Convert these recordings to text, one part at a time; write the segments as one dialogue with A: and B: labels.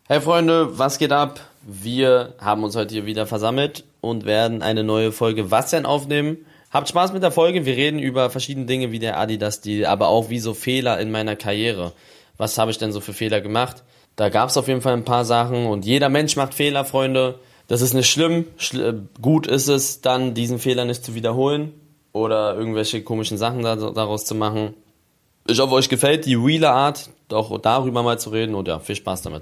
A: Hey Freunde, was geht ab? Wir haben uns heute hier wieder versammelt und werden eine neue Folge Was denn aufnehmen. Habt Spaß mit der Folge, wir reden über verschiedene Dinge wie der Adidas-Deal, aber auch wie so Fehler in meiner Karriere. Was habe ich denn so für Fehler gemacht? Da gab es auf jeden Fall ein paar Sachen und jeder Mensch macht Fehler, Freunde. Das ist nicht schlimm. Gut ist es dann, diesen Fehler nicht zu wiederholen oder irgendwelche komischen Sachen daraus zu machen. Ich hoffe, euch gefällt die reale Art, auch darüber mal zu reden und ja, viel Spaß damit.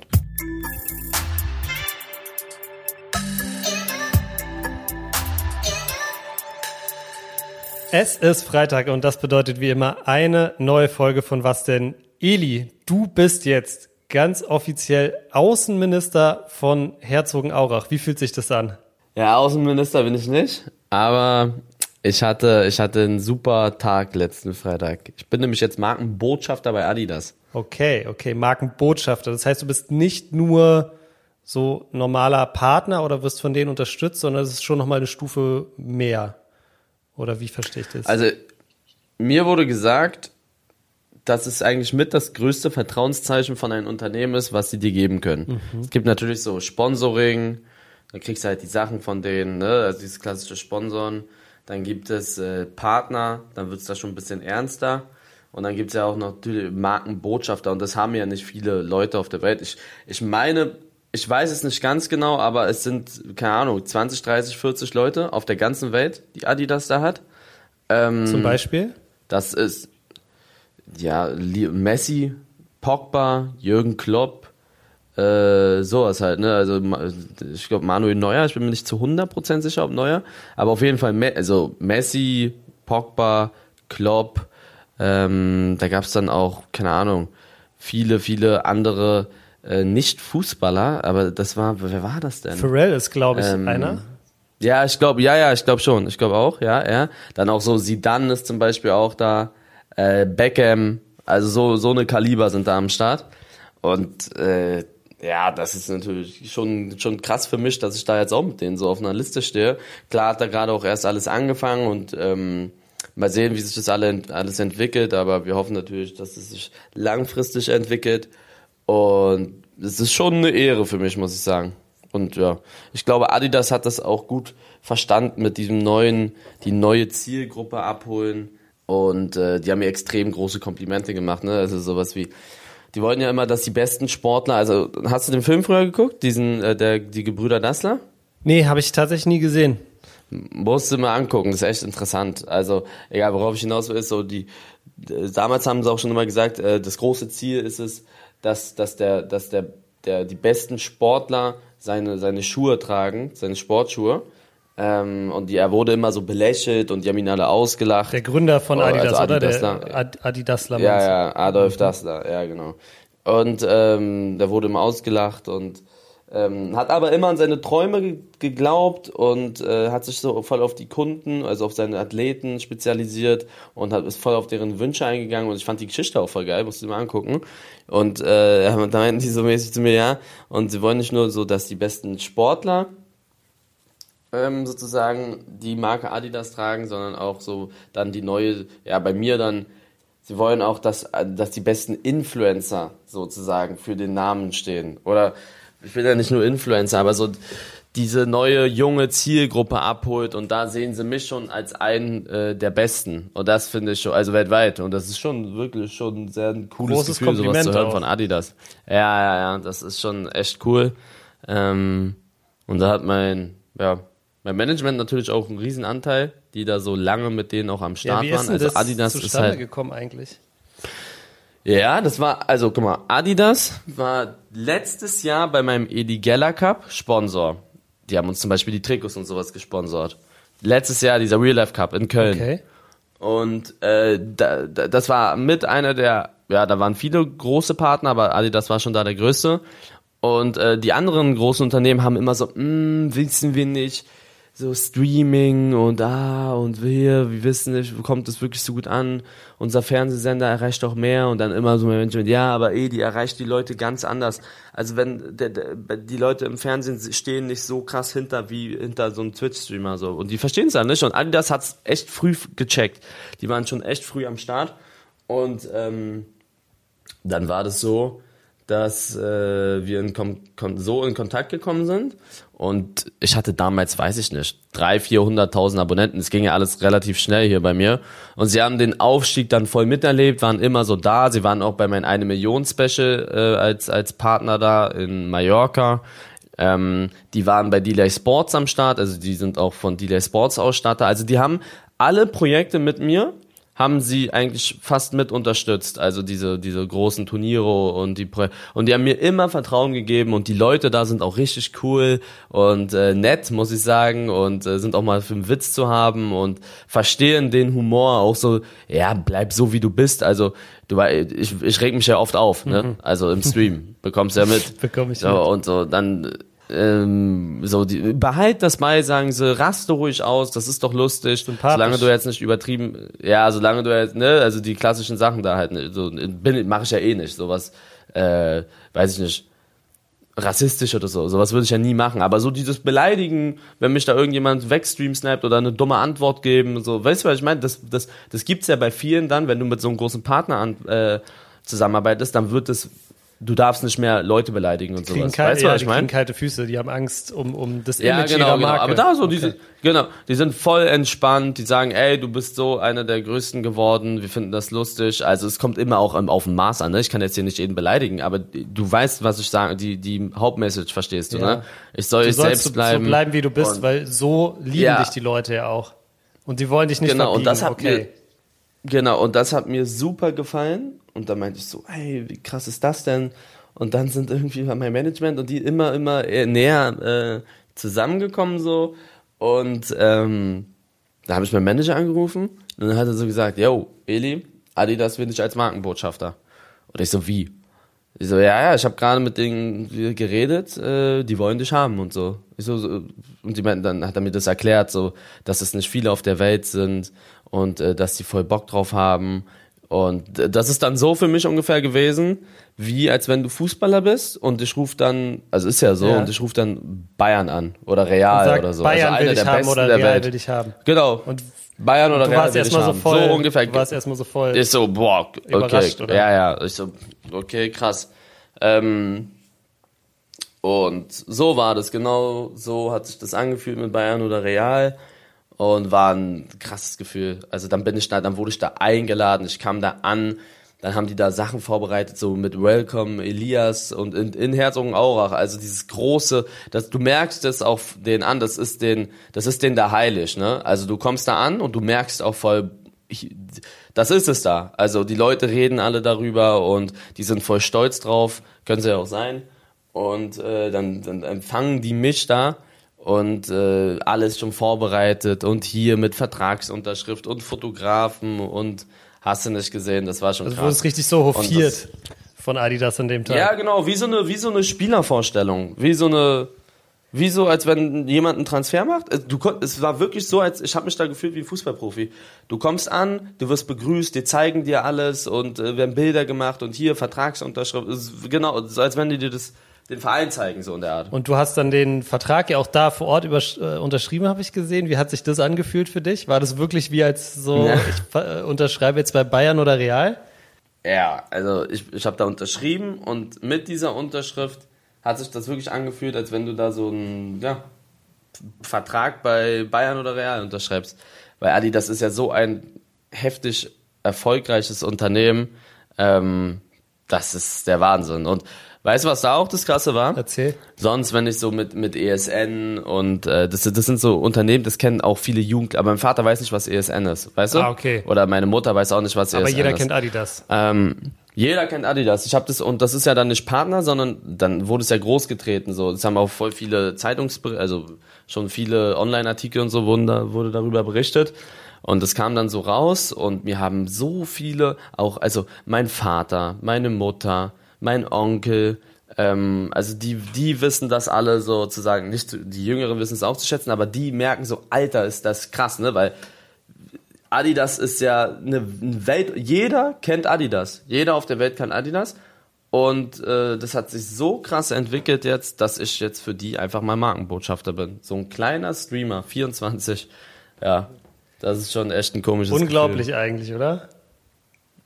B: Es ist Freitag und das bedeutet wie immer eine neue Folge von Was denn? Eli, du bist jetzt ganz offiziell Außenminister von Herzogenaurach. Wie fühlt sich das an?
A: Ja, Außenminister bin ich nicht, aber ich hatte einen super Tag letzten Freitag. Ich bin nämlich jetzt Markenbotschafter bei Adidas.
B: Okay, Markenbotschafter. Das heißt, du bist nicht nur so normaler Partner oder wirst von denen unterstützt, sondern es ist schon nochmal eine Stufe mehr. Oder wie verstehe ich das?
A: Also, mir wurde gesagt, dass es eigentlich mit das größte Vertrauenszeichen von einem Unternehmen ist, was sie dir geben können. Es gibt natürlich so Sponsoring, dann kriegst du halt die Sachen von denen, ne? Also dieses klassische Sponsoren. Dann gibt es Partner, dann wird es da schon ein bisschen ernster. Und dann gibt es ja auch noch Markenbotschafter und das haben ja nicht viele Leute auf der Welt. Ich meine, ich weiß es nicht ganz genau, aber es sind, keine Ahnung, 20, 30, 40 Leute auf der ganzen Welt, die Adidas da hat.
B: Zum Beispiel?
A: Das ist, ja, Messi, Pogba, Jürgen Klopp, sowas halt, ne? Also ich glaube Manuel Neuer, ich bin mir nicht zu 100% sicher, ob Neuer, aber auf jeden Fall, also Messi, Pogba, Klopp, da gab's dann auch, keine Ahnung, viele andere nicht Fußballer, aber wer war das denn?
B: Pharrell ist, glaube ich, einer.
A: Ja, ich glaube schon. Ich glaube auch, ja. Dann auch so Zidane ist zum Beispiel auch da, Beckham, also so eine Kaliber sind da am Start. Und ja, das ist natürlich schon krass für mich, dass ich da jetzt auch mit denen so auf einer Liste stehe. Klar hat da gerade auch erst alles angefangen und mal sehen, wie sich das alles entwickelt, aber wir hoffen natürlich, dass es sich langfristig entwickelt. Und es ist schon eine Ehre für mich, muss ich sagen. Und ja, ich glaube, Adidas hat das auch gut verstanden mit diesem die neue Zielgruppe abholen. Und die haben mir extrem große Komplimente gemacht, ne? Also sowas wie, die wollten ja immer, dass die besten Sportler, also hast du den Film früher geguckt, die Gebrüder Dassler?
B: Nee, habe ich tatsächlich nie gesehen.
A: Musst du mal angucken, das ist echt interessant. Also, egal, worauf ich hinaus will, ist so damals haben sie auch schon immer gesagt, das große Ziel ist es, dass die besten Sportler seine Schuhe tragen, seine Sportschuhe. Und er wurde immer so belächelt und die haben ihn alle ausgelacht.
B: Der Gründer von Adidas,
A: also
B: oder?
A: Der
B: Adidasler.
A: Ja, Adolf Dassler, ja, genau. Und der wurde immer ausgelacht und hat aber immer an seine Träume geglaubt und hat sich so voll auf die Kunden, also auf seine Athleten spezialisiert und ist voll auf deren Wünsche eingegangen und ich fand die Geschichte auch voll geil, musst du dir mal angucken. Und da meinten die so mäßig zu mir, ja, und sie wollen nicht nur so, dass die besten Sportler sozusagen die Marke Adidas tragen, sondern auch so dann die neue, ja bei mir dann, sie wollen auch, dass die besten Influencer sozusagen für den Namen stehen. Oder ich bin ja nicht nur Influencer, aber so diese neue junge Zielgruppe abholt und da sehen sie mich schon als einen der Besten und das finde ich schon, also weltweit und das ist schon wirklich schon ein sehr cooles
B: Großes
A: Gefühl, sowas zu hören
B: auch
A: von Adidas. Ja, das ist schon echt cool und da hat mein Management natürlich auch einen riesen Anteil, die da so lange mit denen auch am Start
B: wie ist
A: waren.
B: denn
A: Also
B: das
A: Adidas
B: zustande
A: ist halt
B: gekommen eigentlich?
A: Ja, das war, also guck mal, Adidas war letztes Jahr bei meinem Edi Geller Cup Sponsor. Die haben uns zum Beispiel die Trikots und sowas gesponsort. Letztes Jahr dieser Real Life Cup in Köln.
B: Okay.
A: Und das war mit einer der, ja, da waren viele große Partner, aber Adidas war schon da der größte. Und die anderen großen Unternehmen haben immer so, wissen wir nicht, so Streaming und wir wissen nicht, kommt das wirklich so gut an? Unser Fernsehsender erreicht doch mehr und dann immer so Menschen, ja, aber die erreicht die Leute ganz anders. Also wenn die Leute im Fernsehen stehen nicht so krass wie hinter so einem Twitch-Streamer so und die verstehen es ja nicht und Adidas hat's echt früh gecheckt. Die waren schon echt früh am Start und dann war das so, dass wir so in Kontakt gekommen sind. Und ich hatte damals, weiß ich nicht, 300.000, 400.000 Abonnenten. Es ging ja alles relativ schnell hier bei mir. Und sie haben den Aufstieg dann voll miterlebt, waren immer so da. Sie waren auch bei meinem 1 Million Special als Partner da in Mallorca. Die waren bei Delay Sports am Start, also die sind auch von Delay Sports Ausstatter. Also die haben alle Projekte mit mir, haben sie eigentlich fast mit unterstützt, also diese großen Turniere und die haben mir immer Vertrauen gegeben und die Leute da sind auch richtig cool und nett, muss ich sagen, und sind auch mal für einen Witz zu haben und verstehen den Humor auch so, ja, bleib so wie du bist, also ich reg mich ja oft auf, ne? Also im Stream bekommst du ja mit.
B: Bekomme ich
A: so,
B: mit.
A: Und so dann behalt das bei, sagen sie, raste ruhig aus, das ist doch lustig, solange du jetzt nicht übertrieben, ja, solange du jetzt, ne, also die klassischen Sachen da halt, ne, so mache ich ja eh nicht, sowas, weiß ich nicht, rassistisch oder sowas würde ich ja nie machen, aber so dieses Beleidigen, wenn mich da irgendjemand wegstream-snappt oder eine dumme Antwort geben, so, weißt du, was ich meine, das gibt's ja bei vielen dann, wenn du mit so einem großen Partner zusammenarbeitest, dann wird es, du darfst nicht mehr Leute beleidigen und sowas. Weißt du, was ich meine?
B: Die kriegen kalte Füße, die haben Angst um das
A: ja,
B: Image
A: genau,
B: ihrer
A: genau.
B: Marke.
A: Aber da so
B: okay.
A: die sind voll entspannt, die sagen, ey, du bist so einer der Größten geworden, wir finden das lustig. Also es kommt immer auch auf ein Maß an, ne? Ich kann jetzt hier nicht jeden beleidigen, aber du weißt, was ich sage, die Hauptmessage verstehst du, ne? Ich soll selbst bleiben.
B: So bleiben, wie du bist, weil so lieben dich die Leute ja auch. Und die wollen dich nicht verbiegen.
A: Und das hat und das hat mir super gefallen. Und da meinte ich so, hey, wie krass ist das denn? Und dann sind irgendwie mein Management und die immer näher zusammengekommen so. Und da habe ich meinen Manager angerufen und dann hat er so gesagt, yo, Eli, Adidas will dich als Markenbotschafter. Und ich so, wie? Ich so, ja, ich habe gerade mit denen geredet, die wollen dich haben und so. Ich so, und die meinten, dann hat er mir das erklärt, so, dass es nicht viele auf der Welt sind und dass die voll Bock drauf haben. Und das ist dann so für mich ungefähr gewesen, wie als wenn du Fußballer bist und ich rufe dann, also ist ja so, und ich rufe dann Bayern an oder Real oder so.
B: Bayern
A: also
B: will dich haben oder Real will dich haben.
A: Genau.
B: Und
A: Bayern oder Real will dich haben.
B: So
A: ungefähr.
B: Du warst erstmal so voll.
A: Ich so, boah, okay.
B: Überrascht, oder?
A: Ja. Ich so, okay, krass. Und so war das, genau so hat sich das angefühlt mit Bayern oder Real. Und war ein krasses Gefühl. Also dann wurde ich da eingeladen, ich kam da an, dann haben die da Sachen vorbereitet, so mit Welcome, Elias und in Herzogenaurach, also dieses große, du merkst das auch denen an, das ist denen da heilig, ne? Also du kommst da an und du merkst auch voll, das ist es da. Also die Leute reden alle darüber und die sind voll stolz drauf, können sie ja auch sein. Und dann empfangen die mich da. Und alles schon vorbereitet und hier mit Vertragsunterschrift und Fotografen und hast du nicht gesehen, das war schon krass.
B: Also wurde es richtig so hofiert von Adidas an dem Tag.
A: Ja, genau, wie so eine Spielervorstellung, wie so als wenn jemand einen Transfer macht. Es war wirklich so, als ich habe mich da gefühlt wie ein Fußballprofi. Du kommst an, du wirst begrüßt, die zeigen dir alles und werden Bilder gemacht und hier Vertragsunterschrift. Genau, so als wenn die dir den Verein zeigen, so in der Art.
B: Und du hast dann den Vertrag ja auch da vor Ort unterschrieben, habe ich gesehen. Wie hat sich das angefühlt für dich? War das wirklich wie als so, ja. Ich unterschreibe jetzt bei Bayern oder Real?
A: Ja, also ich habe da unterschrieben und mit dieser Unterschrift hat sich das wirklich angefühlt, als wenn du da so einen Vertrag bei Bayern oder Real unterschreibst. Weil Adidas ist ja so ein heftig erfolgreiches Unternehmen, das ist der Wahnsinn. Und weißt du, was da auch das Krasse war?
B: Erzähl.
A: Sonst, wenn ich so mit ESN und das sind so Unternehmen, das kennen auch viele Jugendliche, aber mein Vater weiß nicht, was ESN ist, weißt du?
B: Ah, okay.
A: Oder meine Mutter weiß auch nicht, was ESN ist.
B: Aber jeder kennt Adidas.
A: Jeder kennt Adidas. Ich habe das, und das ist ja dann nicht Partner, sondern dann wurde es ja groß getreten. So, das haben auch voll viele also schon viele Online-Artikel und so wurde darüber berichtet. Und das kam dann so raus und mir haben so viele auch, also mein Vater, meine Mutter, mein Onkel, also die wissen das alle sozusagen, nicht die Jüngeren wissen es auch zu schätzen, aber die merken so, Alter, ist das krass, ne, weil Adidas ist ja eine Welt, jeder kennt Adidas, jeder auf der Welt kennt Adidas und das hat sich so krass entwickelt jetzt, dass ich jetzt für die einfach mal Markenbotschafter bin. So ein kleiner Streamer, 24, ja, das ist schon echt ein komisches
B: Unglaublich
A: Gefühl.
B: Eigentlich, oder?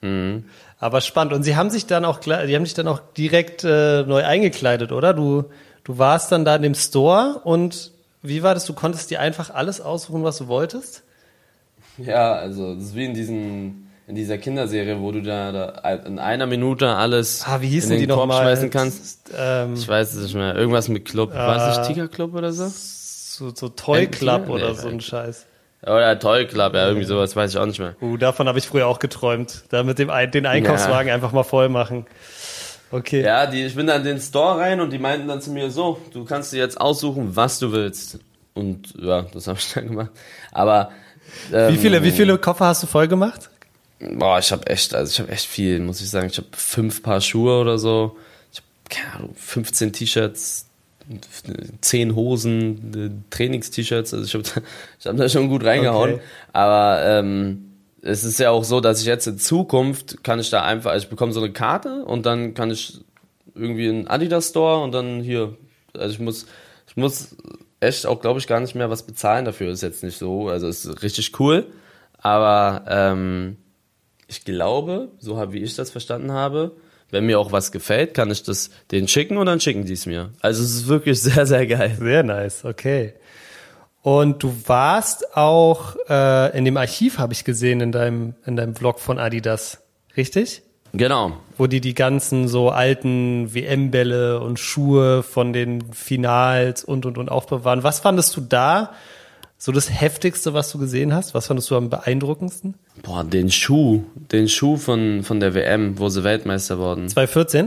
B: Aber spannend. Und die haben dich dann auch direkt neu eingekleidet, oder? Du warst dann da in dem Store und wie war das? Du konntest dir einfach alles aussuchen, was du wolltest?
A: Ja, also das ist wie in dieser Kinderserie, wo du da in einer Minute alles
B: wie hießen
A: in den
B: die
A: Korb
B: noch mal?
A: schmeißen kannst. Ich weiß es nicht mehr. Irgendwas mit Club. War es nicht Tiger Club oder so?
B: So Toy Club
A: Nee,
B: oder so ein Scheiß.
A: Oder Toy Club, ja, irgendwie sowas, weiß ich auch nicht mehr.
B: Davon habe ich früher auch geträumt. Da mit den Einkaufswagen einfach mal voll machen. Okay.
A: Ja, ich bin dann in den Store rein und die meinten dann zu mir so, du kannst dir jetzt aussuchen, was du willst. Und ja, das habe ich dann gemacht. Aber
B: wie viele Koffer hast du voll gemacht?
A: Boah, ich habe echt viel, muss ich sagen. Ich habe 5 Paar Schuhe oder so. Ich habe, keine Ahnung, 15 T-Shirts, 10 Hosen, Trainings-T-Shirts. Also ich hab da schon gut reingehauen.
B: Okay.
A: Aber es ist ja auch so, dass ich jetzt in Zukunft kann ich da einfach, also ich bekomme so eine Karte und dann kann ich irgendwie in Adidas Store und dann hier, also ich muss echt auch, glaube ich, gar nicht mehr was bezahlen dafür. Ist jetzt nicht so, also ist richtig cool. Aber ich glaube, wie ich das verstanden habe, wenn mir auch was gefällt, kann ich das denen schicken und dann schicken die es mir. Also es ist wirklich sehr, sehr geil.
B: Sehr nice, okay. Und du warst auch in dem Archiv, habe ich gesehen, in deinem Vlog von Adidas, richtig?
A: Genau.
B: Wo die ganzen so alten WM-Bälle und Schuhe von den Finals und aufbewahren. Was fandest du da so das Heftigste, was du gesehen hast? Was fandest du am beeindruckendsten?
A: Boah, den Schuh von der WM, wo sie Weltmeister wurden.
B: 2014?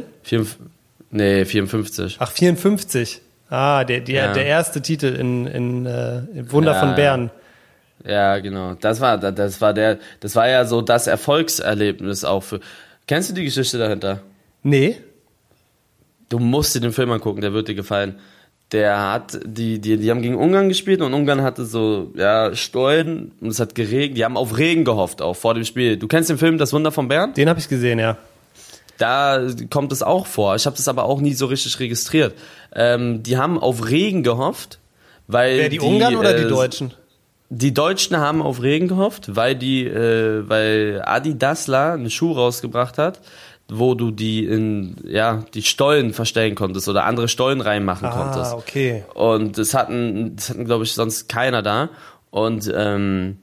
A: 54.
B: Ach, 54. Der erste Titel in Wunder von Bern.
A: Ja, genau. Das war ja so das Erfolgserlebnis auch für. Kennst du die Geschichte dahinter?
B: Nee.
A: Du musst dir den Film angucken, der wird dir gefallen. Der hat, die haben gegen Ungarn gespielt und Ungarn hatte so, Stollen und es hat geregnet. Die haben auf Regen gehofft, auch vor dem Spiel. Du kennst den Film Das Wunder von Bern?
B: Den habe ich gesehen, ja.
A: Da kommt es auch vor. Ich habe das aber auch nie so richtig registriert. Die haben auf Regen gehofft, weil
B: Wer, die Ungarn oder die Deutschen?
A: Die Deutschen haben auf Regen gehofft, weil Adidasler einen Schuh rausgebracht hat, wo du die Stollen verstellen konntest oder andere Stollen reinmachen konntest.
B: Ah, okay.
A: Und das hatten glaube ich sonst keiner da. Und dann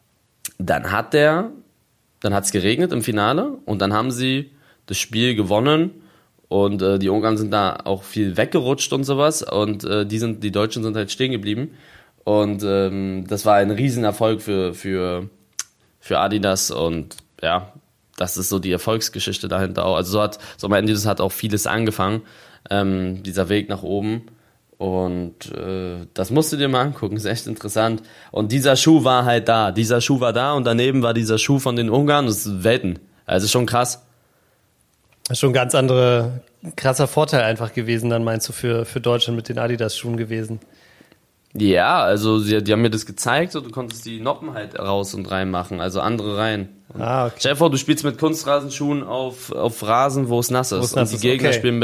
A: hat's geregnet im Finale und dann haben sie das Spiel gewonnen und die Ungarn sind da auch viel weggerutscht und sowas und die Deutschen sind halt stehen geblieben und das war ein Riesenerfolg für Adidas und ja, das ist so die Erfolgsgeschichte dahinter auch. Also so am Ende hat auch vieles angefangen, dieser Weg nach oben. Und das musst du dir mal angucken, ist echt interessant. Und dieser Schuh war halt da. Dieser Schuh war da und daneben war dieser Schuh von den Ungarn. Das ist Welten. Also schon krass.
B: Das ist schon ein krasser Vorteil einfach gewesen, dann meinst du, für Deutschland mit den Adidas-Schuhen gewesen.
A: Ja, also die haben mir das gezeigt und du konntest die Noppen halt raus und rein machen, also andere rein.
B: Okay.
A: Stell dir vor, du spielst mit Kunstrasenschuhen auf Rasen, wo es nass ist. Und die Gegner spielen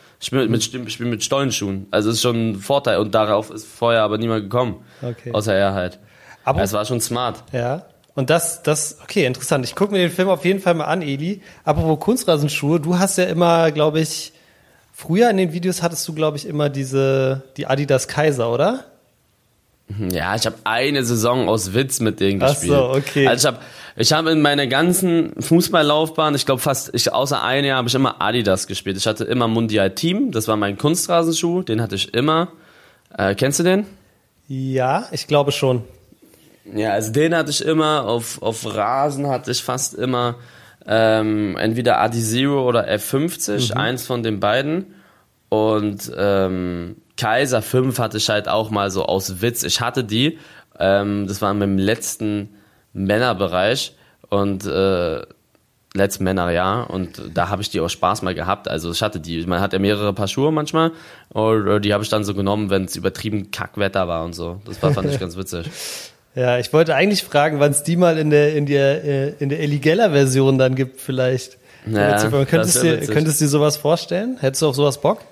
A: mit Stollenschuhen. Also es ist schon ein Vorteil. Und darauf ist vorher aber niemand gekommen. Okay. Außer er halt. Aber es war schon smart.
B: Ja. Und okay, interessant. Ich gucke mir den Film auf jeden Fall mal an, Eli. Apropos Kunstrasenschuhe, du hast ja immer, glaube ich, früher in den Videos hattest du, glaube ich, immer die Adidas Kaiser, oder?
A: Ja, ich habe eine Saison aus Witz mit denen gespielt.
B: Ach so, okay.
A: Also ich habe in meiner ganzen Fußballlaufbahn, ich glaube außer ein Jahr habe ich immer Adidas gespielt. Ich hatte immer Mundial Team, das war mein Kunstrasenschuh, den hatte ich immer. Kennst du den?
B: Ja, ich glaube schon.
A: Ja, also den hatte ich immer, auf Rasen hatte ich fast immer entweder Adizero oder F50, eins von den beiden. Und Kaiser 5 hatte ich halt auch mal so aus Witz. Ich hatte die, das war im letzten Männerbereich und letzten Männerjahr und da habe ich die aus Spaß mal gehabt. Also ich hatte die, man hat ja mehrere Paar Schuhe manchmal und die habe ich dann so genommen, wenn es übertrieben Kackwetter war und so. Fand ich ganz witzig.
B: Ja, ich wollte eigentlich fragen, wann es die mal in der Ellie Geller-Version dann gibt vielleicht.
A: Ja,
B: könntest du dir sowas vorstellen? Hättest du auf sowas Bock?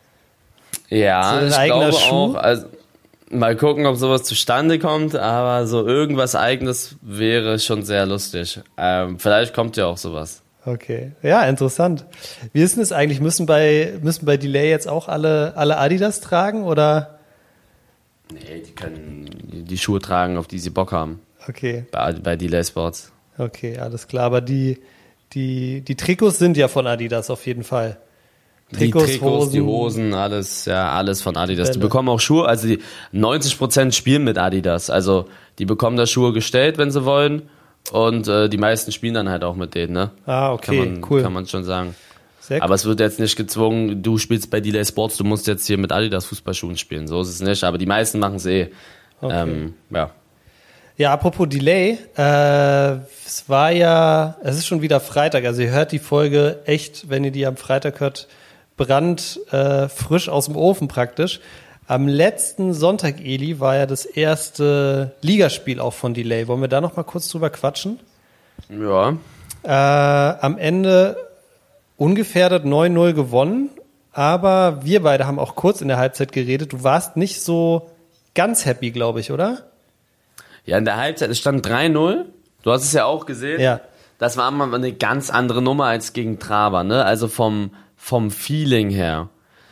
A: Ja,
B: so
A: ich glaube auch. Also, mal gucken, ob sowas zustande kommt, aber so irgendwas Eigenes wäre schon sehr lustig. Vielleicht kommt ja auch sowas.
B: Okay. Ja, interessant. Wie ist denn es eigentlich? Müssen bei Delay jetzt auch alle Adidas tragen oder?
A: Nee, die können die Schuhe tragen, auf die sie Bock haben.
B: Okay.
A: Bei Delay Sports.
B: Okay, alles klar. Aber die Trikots sind ja von Adidas auf jeden Fall.
A: Trikots, die Hosen, alles von Adidas. Die bekommen auch Schuhe, also die 90% spielen mit Adidas. Also die bekommen da Schuhe gestellt, wenn sie wollen. Und die meisten spielen dann halt auch mit denen, ne?
B: Ah, okay, cool.
A: Kann man schon sagen.
B: Sehr
A: aber es wird jetzt nicht gezwungen, du spielst bei Delay Sports, du musst jetzt hier mit Adidas Fußballschuhen spielen. So ist es nicht, aber die meisten machen es eh.
B: Okay.
A: Ja.
B: Ja, apropos Delay, es ist schon wieder Freitag, also ihr hört die Folge echt, wenn ihr die am Freitag hört, frisch aus dem Ofen praktisch. Am letzten Sonntag, Eli, war ja das erste Ligaspiel auch von Delay. Wollen wir da noch mal kurz drüber quatschen?
A: Ja.
B: Am Ende ungefährdet 9-0 gewonnen, aber wir beide haben auch kurz in der Halbzeit geredet. Du warst nicht so ganz happy, glaube ich, oder?
A: Ja, in der Halbzeit, es stand 3-0. Du hast es ja auch gesehen.
B: Ja.
A: Das war mal eine ganz andere Nummer als gegen Trava, ne? Also vom Feeling her.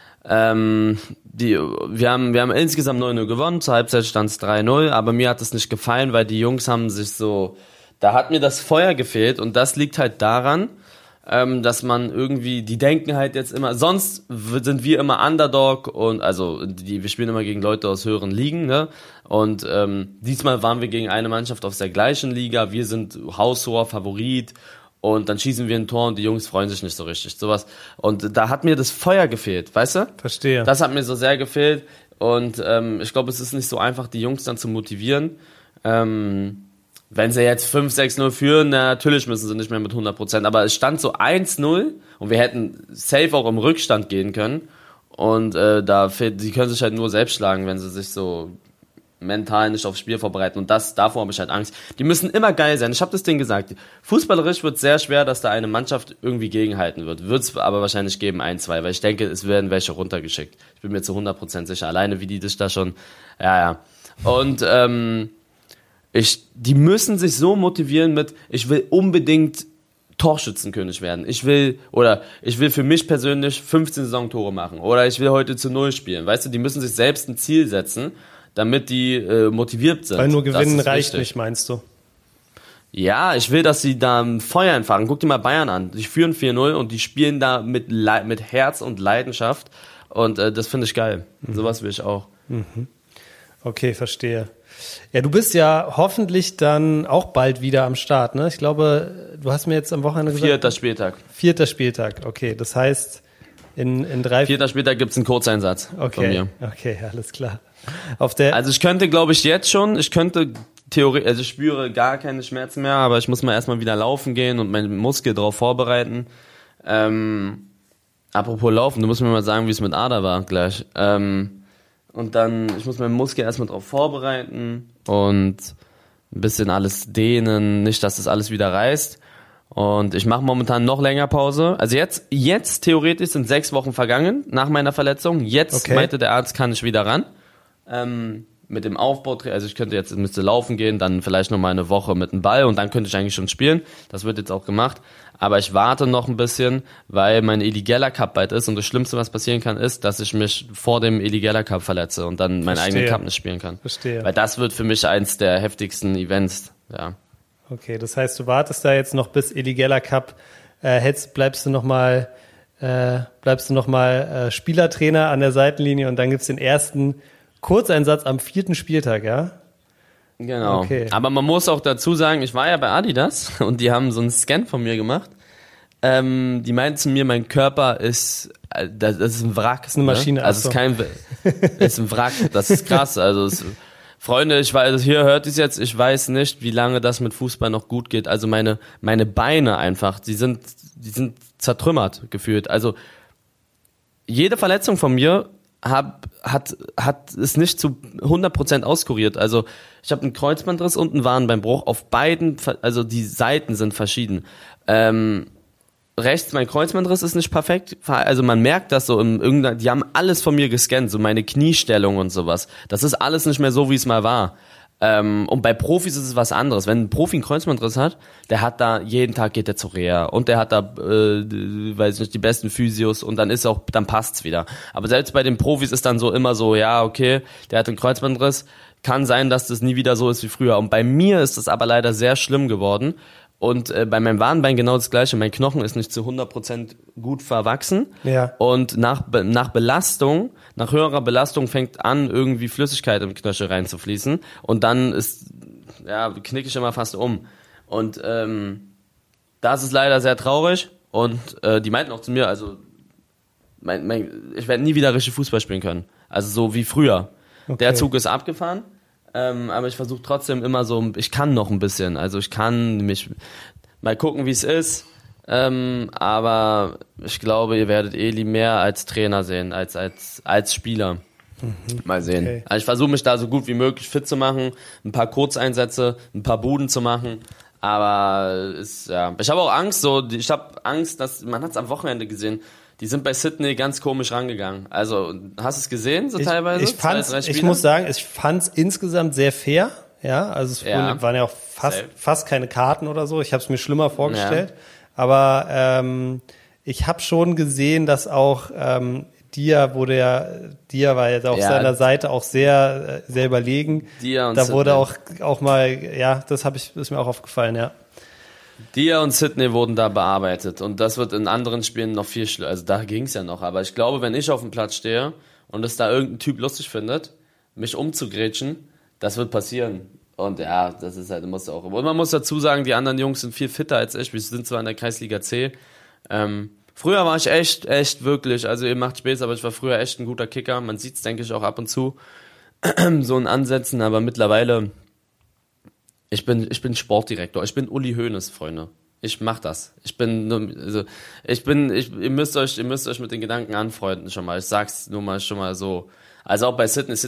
A: Wir haben insgesamt 9-0 gewonnen, zur Halbzeit stand es 3-0, aber mir hat es nicht gefallen, weil die Jungs haben sich da hat mir das Feuer gefehlt und das liegt halt daran, dass man irgendwie, die denken halt jetzt immer, sonst sind wir immer Underdog und wir spielen immer gegen Leute aus höheren Ligen, ne? Und diesmal waren wir gegen eine Mannschaft aus der gleichen Liga, wir sind haushoher Favorit. Und dann schießen wir ein Tor und die Jungs freuen sich nicht so richtig. Sowas. Und da hat mir das Feuer gefehlt, weißt du?
B: Verstehe.
A: Das hat mir so sehr gefehlt. Und ich glaube, es ist nicht so einfach, die Jungs dann zu motivieren. Wenn sie jetzt 5-6-0 führen, natürlich müssen sie nicht mehr mit 100%. Aber es stand so 1-0 und wir hätten safe auch im Rückstand gehen können. Und sie können sich halt nur selbst schlagen, wenn sie sich so mental nicht aufs Spiel vorbereiten und davor habe ich halt Angst. Die müssen immer geil sein. Ich habe das Ding gesagt. Fußballerisch wird es sehr schwer, dass da eine Mannschaft irgendwie gegenhalten wird. Wird es aber wahrscheinlich geben, 1, 2, weil ich denke, es werden welche runtergeschickt. Ich bin mir zu 100% sicher. Alleine wie die das da schon, ja. Und die müssen sich so motivieren mit, ich will unbedingt Torschützenkönig werden. Ich will für mich persönlich 15 Saisontore machen. Oder ich will heute zu 0 spielen. Weißt du, die müssen sich selbst ein Ziel setzen, damit die motiviert sind.
B: Weil nur gewinnen reicht nicht, meinst du?
A: Ja, ich will, dass sie da Feuer entfachen. Guck dir mal Bayern an. Die führen 4-0 und die spielen da mit Herz und Leidenschaft. Und das finde ich geil. Sowas will ich auch.
B: Mhm. Okay, verstehe. Ja, du bist ja hoffentlich dann auch bald wieder am Start, ne? Ich glaube, du hast mir jetzt am Wochenende gesagt...
A: 4.
B: Spieltag, okay. Das heißt, in 3...
A: 4. Spieltag gibt's einen Kurzeinsatz von mir.
B: Okay, alles klar.
A: Also ich könnte, glaube ich, jetzt schon, theoretisch, also ich spüre gar keine Schmerzen mehr, aber ich muss mal erstmal wieder laufen gehen und meinen Muskel darauf vorbereiten. Apropos Laufen, du musst mir mal sagen, wie es mit Ada war gleich. Und dann, ich muss meinen Muskel erstmal darauf vorbereiten und ein bisschen alles dehnen, nicht, dass das alles wieder reißt. Und ich mache momentan noch länger Pause. Also jetzt theoretisch sind 6 Wochen vergangen nach meiner Verletzung. Jetzt meinte der Arzt, kann ich wieder ran. Mit dem Aufbau, also ich müsste laufen gehen, dann vielleicht noch mal eine Woche mit dem Ball und dann könnte ich eigentlich schon spielen. Das wird jetzt auch gemacht. Aber ich warte noch ein bisschen, weil mein Eligella Cup bald ist und das Schlimmste, was passieren kann, ist, dass ich mich vor dem Eligella Cup verletze und dann meinen eigenen Cup nicht spielen kann.
B: Verstehe.
A: Weil das wird für mich eins der heftigsten Events, ja.
B: Okay, das heißt, du wartest da jetzt noch bis Eligella Cup, bleibst du noch mal Spielertrainer an der Seitenlinie und dann gibt's den ersten Kurzeinsatz am 4. Spieltag, ja?
A: Genau.
B: Okay.
A: Aber man muss auch dazu sagen, ich war ja bei Adidas und die haben so einen Scan von mir gemacht. Die meinten zu mir, mein Körper ist ein Wrack. Das
B: ist eine Maschine.
A: Ne? Also ist ein Wrack. Das ist krass. Also Freunde, hier hört es jetzt, ich weiß nicht, wie lange das mit Fußball noch gut geht. Also meine Beine einfach, die sind zertrümmert gefühlt. Also jede Verletzung von mir hat es nicht zu 100% auskuriert. Also ich habe einen Kreuzbandriss und einen Wadenbeinbruch auf beiden, also die Seiten sind verschieden. Rechts, mein Kreuzbandriss ist nicht perfekt, also man merkt das so, die haben alles von mir gescannt, so meine Kniestellung und sowas. Das ist alles nicht mehr so, wie es mal war. Und bei Profis ist es was anderes. Wenn ein Profi einen Kreuzbandriss hat, der hat da, jeden Tag geht der zur Reha und der hat da, weiß ich nicht, die besten Physios und dann passt's wieder. Aber selbst bei den Profis ist dann so immer so, ja, okay, der hat einen Kreuzbandriss, kann sein, dass das nie wieder so ist wie früher. Und bei mir ist das aber leider sehr schlimm geworden. Und bei meinem Wadenbein genau das Gleiche. Mein Knochen ist nicht zu 100% gut verwachsen.
B: Ja.
A: Und nach Belastung, nach höherer Belastung fängt an, irgendwie Flüssigkeit im Knöchel reinzufließen. Und dann knicke ich immer fast um. Und das ist leider sehr traurig. Und die meinten auch zu mir, also ich werde nie wieder richtig Fußball spielen können. Also so wie früher. Okay. Der Zug ist abgefahren. Aber ich versuche trotzdem immer so, ich kann noch ein bisschen, also ich kann mich mal gucken, wie es ist, aber ich glaube, ihr werdet Eli mehr als Trainer sehen, als Spieler. Mal sehen. Okay. Also ich versuche mich da so gut wie möglich fit zu machen, ein paar Kurzeinsätze, ein paar Buden zu machen, aber ich habe auch Angst, dass, man hat es am Wochenende gesehen, die sind bei Sydney ganz komisch rangegangen. Also, hast du es gesehen, so teilweise?
B: Ich muss sagen, ich fand's insgesamt sehr fair. Ja, also es waren ja auch fast keine Karten oder so. Ich habe es mir schlimmer vorgestellt. Ja. Aber ich habe schon gesehen, dass auch Dia war jetzt auf seiner Seite auch sehr, sehr überlegen.
A: Dia und
B: da
A: Sydney.
B: Wurde auch mal, ja, ist mir auch aufgefallen, ja.
A: Dia und Sydney wurden da bearbeitet und das wird in anderen Spielen noch viel schlimmer. Also da ging's ja noch, aber ich glaube, wenn ich auf dem Platz stehe und es da irgendein Typ lustig findet, mich umzugrätschen, das wird passieren. Und ja, das ist halt, und man muss dazu sagen, die anderen Jungs sind viel fitter als ich. Wir sind zwar in der Kreisliga C. Früher war ich echt wirklich, also ihr macht Späß, aber ich war früher echt ein guter Kicker. Man sieht's, denke ich, auch ab und zu so in Ansätzen, aber mittlerweile ich bin Sportdirektor. Ich bin Uli Hoeneß, Freunde. Ich mach das. Ihr müsst euch mit den Gedanken anfreunden schon mal. Ich sag's nur mal schon mal so. Also auch bei Sydney,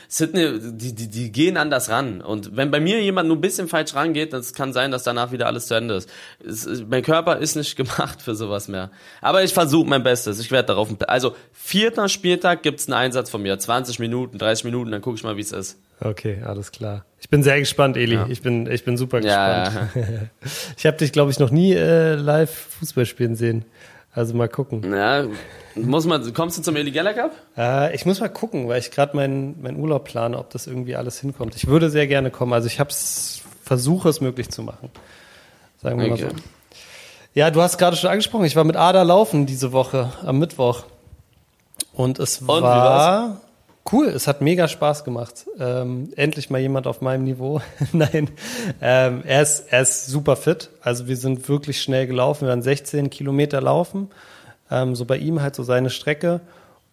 A: die gehen anders ran. Und wenn bei mir jemand nur ein bisschen falsch rangeht, dann kann sein, dass danach wieder alles zu Ende ist. Mein Körper ist nicht gemacht für sowas mehr. Aber ich versuche mein Bestes. Ich werde darauf. Also 4. Spieltag gibt's einen Einsatz von mir. 20 Minuten, 30 Minuten, dann gucke ich mal, wie es ist.
B: Okay, alles klar. Ich bin sehr gespannt, Eli. Ja. Ich bin super gespannt. Ja. Ich habe dich, glaube ich, noch nie live Fußball spielen sehen. Also mal gucken.
A: Ja, kommst du zum Eli Geller Cup?
B: Ich muss mal gucken, weil ich gerade meinen Urlaub plane, ob das irgendwie alles hinkommt. Ich würde sehr gerne kommen. Also ich versuche es möglich zu machen. Sagen wir mal so. Ja, du hast gerade schon angesprochen, ich war mit Ada laufen diese Woche, am Mittwoch. Und wie war's? Cool, es hat mega Spaß gemacht. Endlich mal jemand auf meinem Niveau. Nein, er ist super fit. Also wir sind wirklich schnell gelaufen. Wir waren 16 Kilometer laufen. So bei ihm halt so seine Strecke.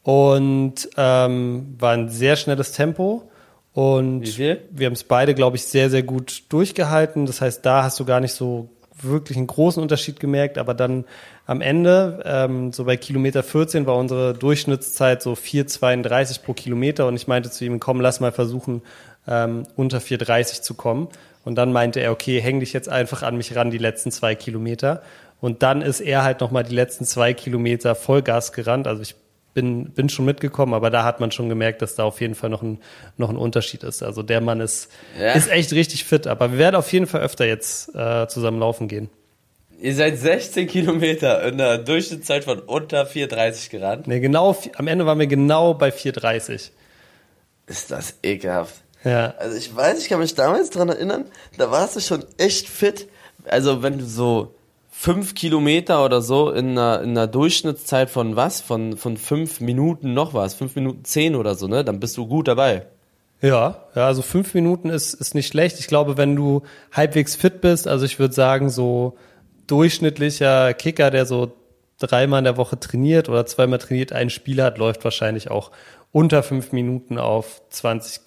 B: Und war ein sehr schnelles Tempo. Und
A: wie viel?
B: Wir haben es beide, glaube ich, sehr, sehr gut durchgehalten. Das heißt, da hast du gar nicht so wirklich einen großen Unterschied gemerkt, aber dann am Ende, so bei Kilometer 14 war unsere Durchschnittszeit so 4,32 pro Kilometer und ich meinte zu ihm, komm, lass mal versuchen, unter 4,30 zu kommen. Und dann meinte er, okay, häng dich jetzt einfach an mich ran, die letzten 2 Kilometer. Und dann ist er halt nochmal die letzten 2 Kilometer Vollgas gerannt. Also ich bin schon mitgekommen, aber da hat man schon gemerkt, dass da auf jeden Fall noch ein Unterschied ist. Also der Mann ist echt richtig fit, aber wir werden auf jeden Fall öfter jetzt zusammen laufen gehen.
A: Ihr seid 16 Kilometer in der Durchschnittszeit von unter 4,30 gerannt?
B: Nee, am Ende waren wir genau bei 4,30.
A: Ist das ekelhaft.
B: Ja.
A: Also ich kann mich damals dran erinnern, da warst du schon echt fit. Also wenn du so 5 Kilometer oder so in einer Durchschnittszeit von was? Von 5 Minuten noch was? 5 Minuten 10 oder so, ne? Dann bist du gut dabei.
B: Ja, also 5 Minuten ist nicht schlecht. Ich glaube, wenn du halbwegs fit bist, also ich würde sagen, so durchschnittlicher Kicker, der so 3-mal in der Woche trainiert oder 2-mal trainiert, einen Spieler hat, läuft wahrscheinlich auch unter 5 Minuten auf 5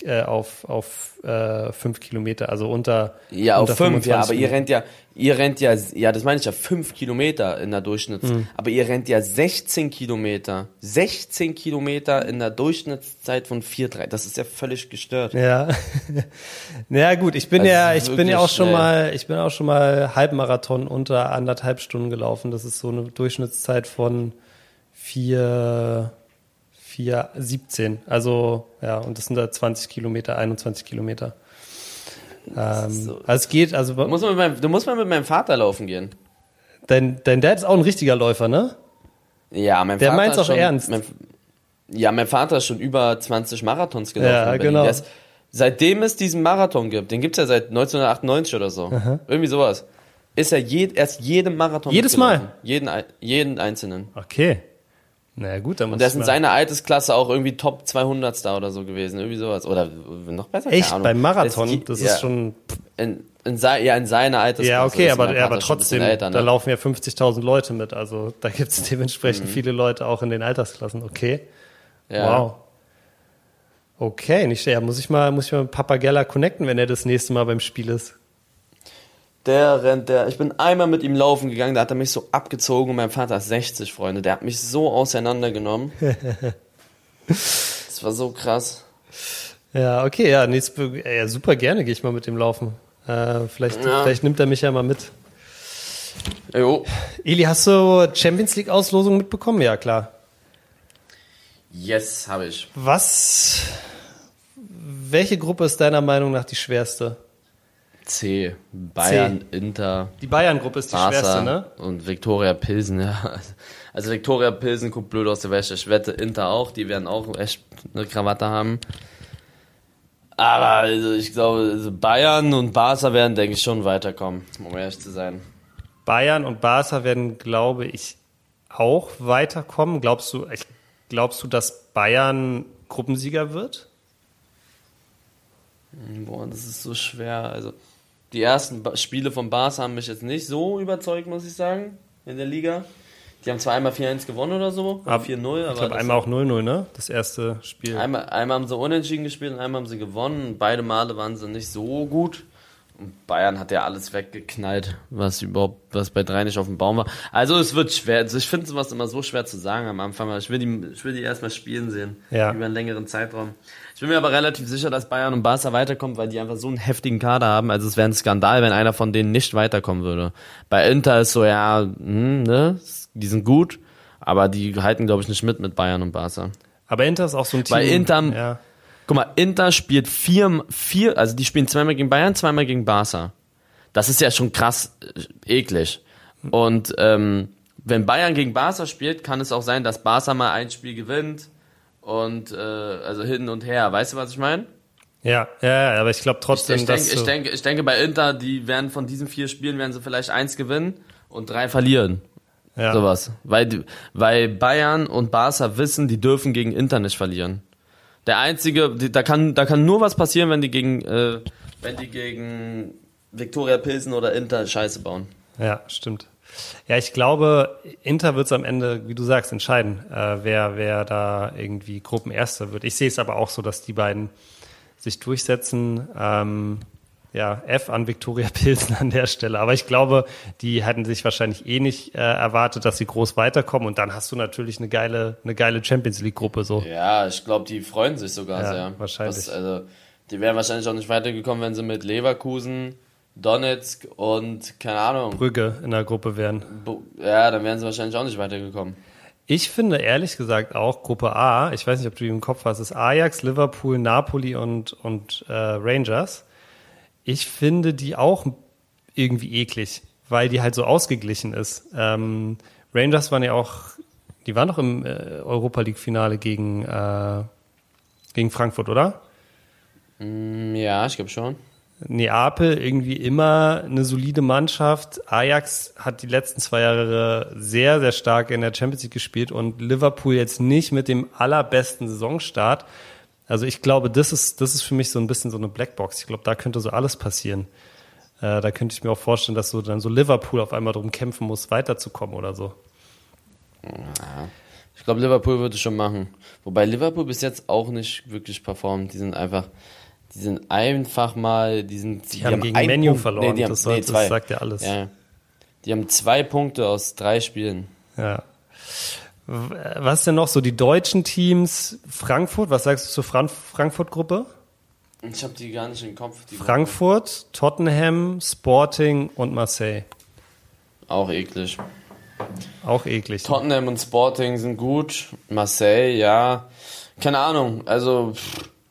B: Kilometer, also unter
A: auf 5, ja, aber ihr rennt ja, das meine ich ja, 5 Kilometer in der aber ihr rennt ja 16 Kilometer in der Durchschnittszeit von 4,3, das ist ja völlig gestört.
B: Ja, naja gut, ich bin auch schon mal Halbmarathon unter 1,5 Stunden gelaufen, das ist so eine Durchschnittszeit von 4,17. Also, ja, und das sind da 20 Kilometer, 21 Kilometer. Also es geht, also
A: Du musst mal mit meinem Vater laufen gehen.
B: dein Dad ist auch ein richtiger Läufer, ne?
A: Ja, mein
B: Der
A: Vater
B: meint's
A: ist
B: auch
A: schon,
B: ernst.
A: Mein Vater ist schon über 20 Marathons gelaufen.
B: Ja,
A: in Berlin.
B: genau.
A: Seitdem es diesen Marathon gibt, den gibt's ja seit 1998 oder so. Irgendwie sowas. Ist er erst jedem Marathon
B: Jedes
A: mitgelaufen.
B: Mal?
A: Jeden einzelnen.
B: Okay. Na gut, dann muss
A: Und der ist
B: ich
A: in
B: mal.
A: seiner Altersklasse auch irgendwie Top 200 Star oder so gewesen. Irgendwie sowas. Oder noch besser?
B: Echt?
A: Keine Ahnung.
B: Beim Marathon?
A: Ja,
B: Das ist schon...
A: in seiner Altersklasse.
B: Ja, okay,
A: ist mein
B: aber
A: Vater schon ein bisschen
B: trotzdem,
A: älter,
B: da
A: ne?
B: laufen ja 50.000 Leute mit. Also da gibt es dementsprechend viele Leute auch in den Altersklassen. Okay.
A: Ja.
B: Wow. Okay, nicht schlecht. Muss ich mal mit Papa Geller connecten, wenn er das nächste Mal beim Spiel ist.
A: Ich bin einmal mit ihm laufen gegangen, da hat er mich so abgezogen und mein Vater ist 60, Freunde, der hat mich so auseinandergenommen. Das war so krass.
B: Ja, okay, ja, ja super gerne gehe ich mal mit dem laufen. Vielleicht nimmt er mich ja mal mit.
A: Jo.
B: Eli, hast du Champions League Auslosung mitbekommen? Ja, klar.
A: Yes, habe ich.
B: Welche Gruppe ist deiner Meinung nach die schwerste?
A: C. Bayern, Inter,
B: Die Bayern-Gruppe ist die
A: Barca
B: schwerste, ne?
A: und Viktoria Pilsen, ja. Also Viktoria Pilsen guckt blöd aus der Wäsche. Ich wette, Inter auch, die werden auch echt eine Krawatte haben. Aber also ich glaube, also Bayern und Barca werden, denke ich, schon weiterkommen, um ehrlich zu sein.
B: Bayern und Barca werden, glaube ich, auch weiterkommen. Glaubst du, dass Bayern Gruppensieger wird?
A: Boah, das ist so schwer. Also die ersten Spiele von Barca haben mich jetzt nicht so überzeugt, muss ich sagen, in der Liga. Die haben zwar einmal 4-1 gewonnen oder so, oder 4-0.
B: Ich glaube, einmal auch 0-0, ne? Das erste Spiel.
A: Einmal haben sie unentschieden gespielt und einmal haben sie gewonnen. Beide Male waren sie nicht so gut. Und Bayern hat ja alles weggeknallt, was bei 3 nicht auf dem Baum war. Also es wird schwer. Also ich finde sowas immer so schwer zu sagen am Anfang. Aber ich will die erstmal spielen sehen.
B: Ja.
A: Über einen längeren Zeitraum. Ich bin mir aber relativ sicher, dass Bayern und Barca weiterkommt, weil die einfach so einen heftigen Kader haben. Also es wäre ein Skandal, wenn einer von denen nicht weiterkommen würde. Bei Inter ist so, ja, ne, die sind gut, aber die halten, glaube ich, nicht mit Bayern und Barca.
B: Aber Inter ist auch so ein Team.
A: Weil Inter,
B: ja.
A: guck mal, Inter spielt also die spielen zweimal gegen Bayern, zweimal gegen Barca. Das ist ja schon krass eklig. Und wenn Bayern gegen Barca spielt, kann es auch sein, dass Barca mal ein Spiel gewinnt und also hin und her. Weißt du, was ich meine?
B: Ja, aber ich glaube trotzdem,
A: Ich denke, bei Inter, die werden von diesen 4 Spielen werden sie vielleicht 1 gewinnen und 3 verlieren.
B: ja.
A: Sowas. Weil Bayern und Barca wissen, die dürfen gegen Inter nicht verlieren. Der einzige, da kann nur was passieren, wenn die gegen Viktoria Pilsen oder Inter Scheiße bauen.
B: Ja, stimmt. Ja, ich glaube, Inter wird es am Ende, wie du sagst, entscheiden, wer da irgendwie Gruppenerster wird. Ich sehe es aber auch so, dass die beiden sich durchsetzen. F an Viktoria Pilsen an der Stelle. Aber ich glaube, die hatten sich wahrscheinlich nicht erwartet, dass sie groß weiterkommen. Und dann hast du natürlich eine geile Champions League Gruppe so.
A: Ja, ich glaube, die freuen sich sogar
B: Ja,
A: sehr.
B: wahrscheinlich.
A: Die wären wahrscheinlich auch nicht weitergekommen, wenn sie mit Leverkusen, Donetsk und, keine Ahnung,
B: Brügge in der Gruppe wären.
A: Dann wären sie wahrscheinlich auch nicht weitergekommen.
B: Ich finde ehrlich gesagt auch Gruppe A, ich weiß nicht, ob du die im Kopf hast, ist Ajax, Liverpool, Napoli und Rangers. Ich finde die auch irgendwie eklig, weil die halt so ausgeglichen ist. Rangers waren doch im Europa League Finale gegen Frankfurt, oder?
A: Ja, ich glaube schon.
B: Neapel irgendwie immer eine solide Mannschaft. Ajax hat die letzten 2 Jahre sehr, sehr stark in der Champions League gespielt und Liverpool jetzt nicht mit dem allerbesten Saisonstart. Also ich glaube, das ist für mich so ein bisschen so eine Blackbox. Ich glaube, da könnte so alles passieren. Da könnte ich mir auch vorstellen, dass so dann so Liverpool auf einmal darum kämpfen muss, weiterzukommen oder so.
A: Ich glaube, Liverpool würde es schon machen. Wobei Liverpool bis jetzt auch nicht wirklich performt. Die sind einfach mal, die
B: haben gegen
A: einen
B: Menu
A: Punkt,
B: verloren.
A: Nee,
B: das
A: 2.
B: sagt ja alles.
A: Ja. Die haben 2 Punkte aus 3 Spielen.
B: Ja. Was denn noch so die deutschen Teams? Frankfurt, was sagst du zur Frankfurt-Gruppe?
A: Ich habe die gar nicht im Kopf.
B: Frankfurt, Tottenham, Sporting und Marseille.
A: Auch eklig.
B: Auch eklig.
A: Tottenham und Sporting sind gut. Marseille, ja. Keine Ahnung. Also,